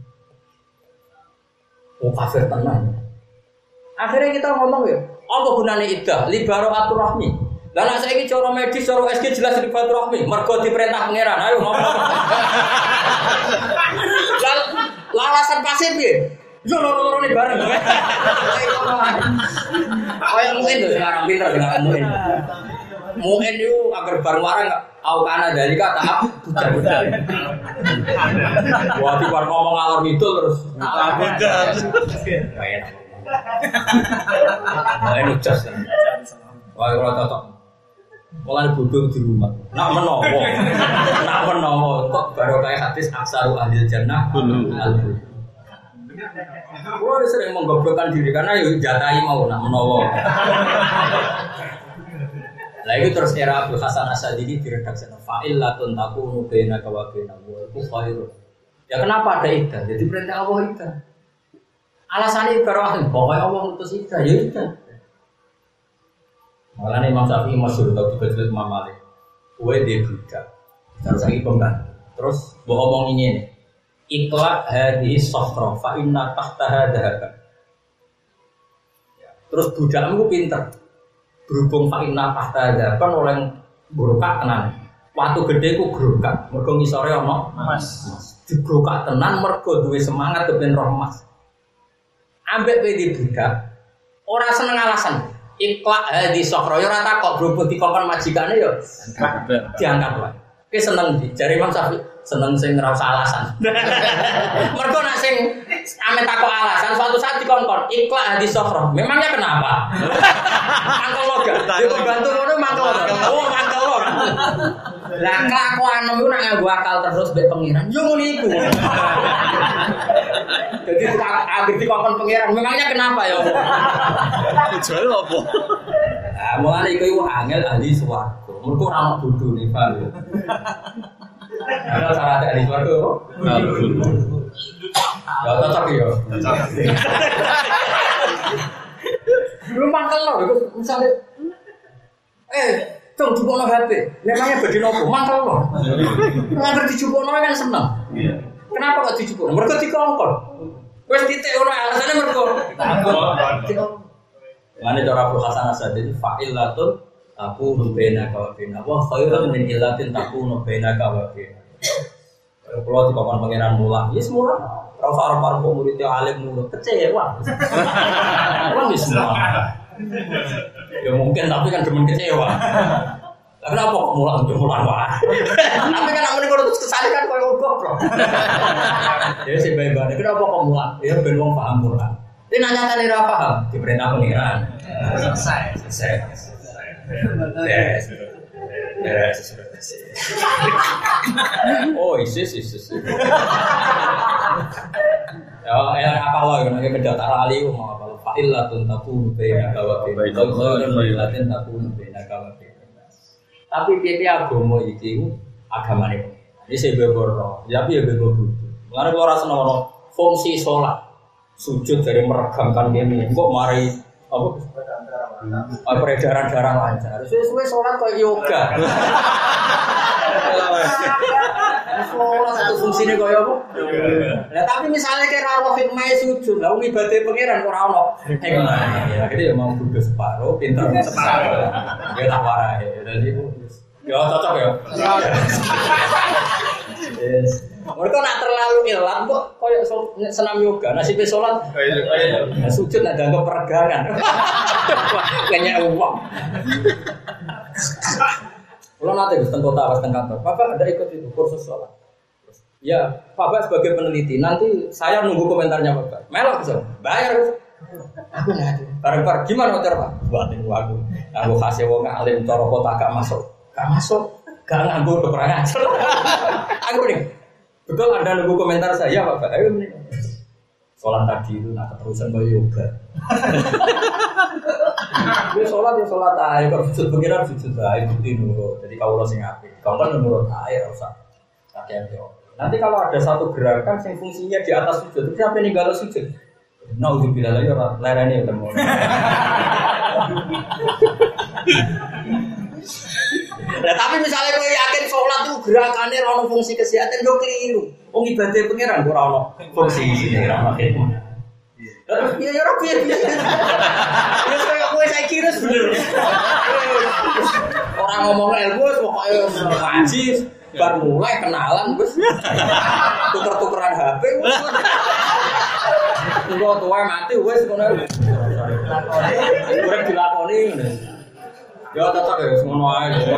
Oh kafir tenan. Akhirnya kita ngomong ya, apa gunane iddah? Libaroatur rohmi. Lah nek saiki cara medis cara S G jelas libaroatur rohmi, mergo diperintah pangeran. Ayo ngomong. Lalasan pasif piye? Yo loro-loro ne bareng. Kayak mungkin tuh sekarang pinter dengan mungkin. Mungkin itu agar bareng warang au kana dari kata apa? Budak-budak. Wah, di bar ngomong ngalor ngidul terus. Budak. Kayak. Wah, ini jas. Wah, ora cocok. Mulai bodoh di rumah. Nak menowo. Nak menowo kok baru kayak hadis aksaru ahli jannah al-bul. Gua sering menggoblokkan diri karena ya jatai mau nak menowo. Lah itu terus era Abdul Hasan Asy'adili diredaksi fa'il latun takunu bainaka wa bainahu itu khairun. Ya kenapa ada iddah? Jadi perintah Allah iddah. Alasannya karo bahwa Allah ngutus iddah ya iddah. Makanya Imam Syafi'i masyhur tau dibajul Imam Malik. Kowe dia budak. Terus lagi pembantu. Terus mbok omong ini. Iqla hadhihi safra fa inna tahtaha dhahaban. Terus budakmu pinter. berhubung fa'inna tahta kan oleh berukak tenan. Waktu gede ku berukak, mergo ngisore ana emas. Diberukak tenan mergo duwe semangat kepen roh emas. Ambek kowe di budak ora seneng alasan. Ikhlas hadi sokro yo ora takok berhubung dikongkon majikane yo. Diangkat wae. Kowe seneng di jare Imam Syafi'i seneng sing ora usah alasan. Mergo nek sing ame takok alasan suatu saat dikongkon ikhlas hadi sokro. Memangnya kenapa? Mangkel lo gak? Yo bantu ngono mangkel. Oh mangkel lo. Lah kelakuan iku nek nganggo akal terus mbek pengiran. Yo ngono iku. Jadi akhir dikongkon pengiran. Memangnya kenapa ya?
Tujuan apa?
Ah mulane iku iku angel ahli swarga. Mergo ora ono bodhone, Pak. Ada syarat ahli swarga. Ya cocok ya. Lu mangkel lho, misale eh, cung jupukno H P. Memangnya badhe nopo? Mangkel lho. Nganti dijupukno kan seneng. Iya. Kenapa kok dijupukno? Mergo dikongkon. Wes titik ngono alasane mergo. Mane cara Abu Hasan Asy-Syadzili fa'ilatun takunu bainaka wa baina wa khairun min illatin takunu bainaka wa baina. Kalau dikongkon pangeran mulah, ya semula. Ora usah arep-arep murid alim mulut kecewa. Wong wis semua. Ya mungkin tapi kan demen kecewa. Lah kenapa kok mulah untuk mulah wae? Tapi kan amune kok terus kesane kan koyo goblok. Ya sing bae-bae kenapa kok mulah? Ya ben wong paham Quran. Ini nanya tadi ora paham, diperintah pengiran. Selesai, selesai. Yes. Yes. Oh, isis, isis. Ya, ya apa lo yang nak kerja tak lali, mau apa lo? Fa'ilatun takun bainaka wa baina khairun fa'ilatin takun bainaka wa baina. Tapi piye-piye agama iki agamane. Ini sing beboro, ya piye beboro. Mulane kula ora seneng fungsi salat. Sujud dari meregangkan ini, kok mari apa? Peredaran darah lancar. Sesuai sholat kayak yoga. Sholat satu fungsinya kayak apa? Nah, tapi misalnya kayak rawat hikmah sujud, lalu ibadah pangeran kok rawat. Hikmah, ya gitu ya mau duduk separuh, pintar separuh. Dia tak warai, jadi ya cocok ya. Mereka nak terlalu ilang kok koyo senam yoga, nasibnya sholat nah, sujud nak dianggap peregangan. Kayaknya uang. Kalau nanti di kota, pas kantor, Bapak ada ikut itu kursus sholat. Ya, Bapak sebagai peneliti, nanti saya nunggu komentarnya Bapak. Melok bisa, bayar. Aku nggak ada. Bareng-bareng gimana hotel Pak? Buatin aku, aku kasih wong alim coro kota gak masuk, gak masuk, gak nganggur keperangan. Aku nih. Betul Anda nunggu komentar saya Pak? Ayo nih. Sholat tadi itu nak keterusan kayak yoga. Dia sholat ya sholat air. Kalau sujud pengiran sujud air bukti nurut. Jadi kalau lo sing api, kalau kan nurut air usah. Nanti kalau ada satu gerakan yang fungsinya di atas sujud, itu siapa nih kalau sujud? Nah udah bilang lagi orang lerene udah mau. Nah, tapi misalnya kau yakin sholat itu gerakannya rano fungsi kesehatan, kau keliru. Oh ibadah pengiran kau rano fungsi ini rano khidmat. Terus ya ya rapi ya. Ya saya kau saya kira sebenarnya. Orang ngomong ilmu, pokoknya ngaji, baru mulai kenalan, bos. Tuker-tukeran H P. Tunggu tua mati, wes kau nih. Kurang dilakoni. Ya tetap ya semua aja.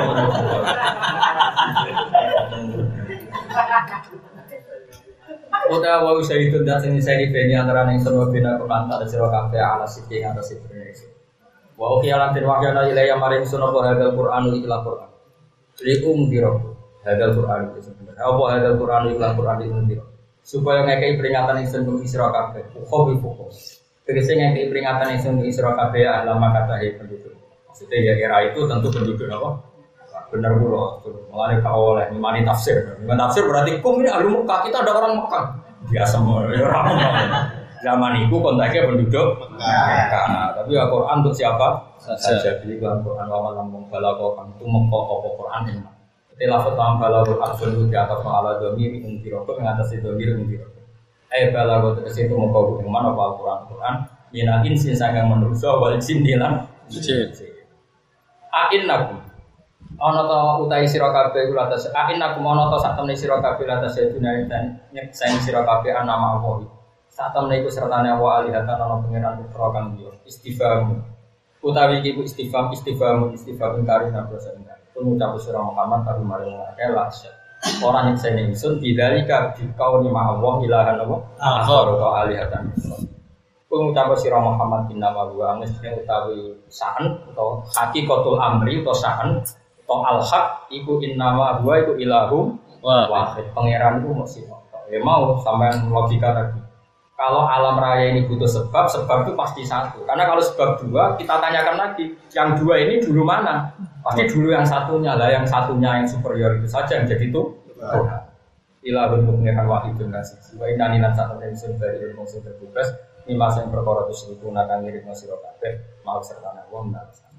Udah wau saya itu dan sini saya di beni antara yang semua bina pengantar siro kafe ala siti yang atas Indonesia. Wau kialan tin wahyana ilaya maring sunnah hadal Qur'anu ikhlas Qur'an. Lium diro hadal Qur'an itu sebenarnya. Apa hadal Qur'anu ikhlas Qur'an itu diro. Supaya ngekei peringatan yang sembung siro kafe. Ukhobi fokus. Tegese ngekei peringatan yang sembung siro kafe alama kata he penduduk. Maksudnya ya era itu tentu penduduk apa? Benar pula, mengalami kau oleh imani tafsir. Imani tafsir berarti kum ini ahli Mekah, kita ada orang Mekah. Biasa mau orang Mekah. Zaman itu kontaknya penduduk Mekah. Tapi Al-Quran untuk siapa? Saja. Jadi Al-Quran waman lambung balago kan itu Mekah apa Quran ini. Jadi lafaz tam balago absolut di atas ala domir untiroko mengatasi domir untiroko. Eh balago terus itu Mekah yang mana Al-Quran Quran. Mina insin sangat manusia wal jin dilan. Ain nakum. Ana ta utahi sira kabeh kula tas. Ain nakum ana ta sak temne sira kabeh latas dunia dan nyeksen sira kabeh ana Allah. Sak temne iku sertane wa alihatan ana pangeran putra kang liya. Istifham. Utawi iki istifham istifham istifham ingkari napa sendiri. Pengucap sira Muhammad baru mari ngake laksya. Orang yang saya ingsun bidzalika bikauni ma'allah ilahan apa? Akhar atau alihatan. Pengucap sira Muhammad bin nama wa mestine utawi sa'an atau hakikatul amri atau sa'an atau al-haq iku innama huwa iku ilahu wahid. Pangeran itu mesti ya mau sampean logika tadi. Kalau alam raya ini butuh sebab, sebab itu pasti satu. Karena kalau sebab dua, kita tanyakan lagi, yang dua ini dulu mana? Pasti dulu yang satunya lah, yang satunya yang superior itu saja yang jadi itu. Tuhan. Ilahun mukminkan wahidun nasib. Wa inani lan satu dari sun dari ilmu sing terbukas, lima yang perkara itu sebutuna kang ngirik masira kabeh, mau serta Allah.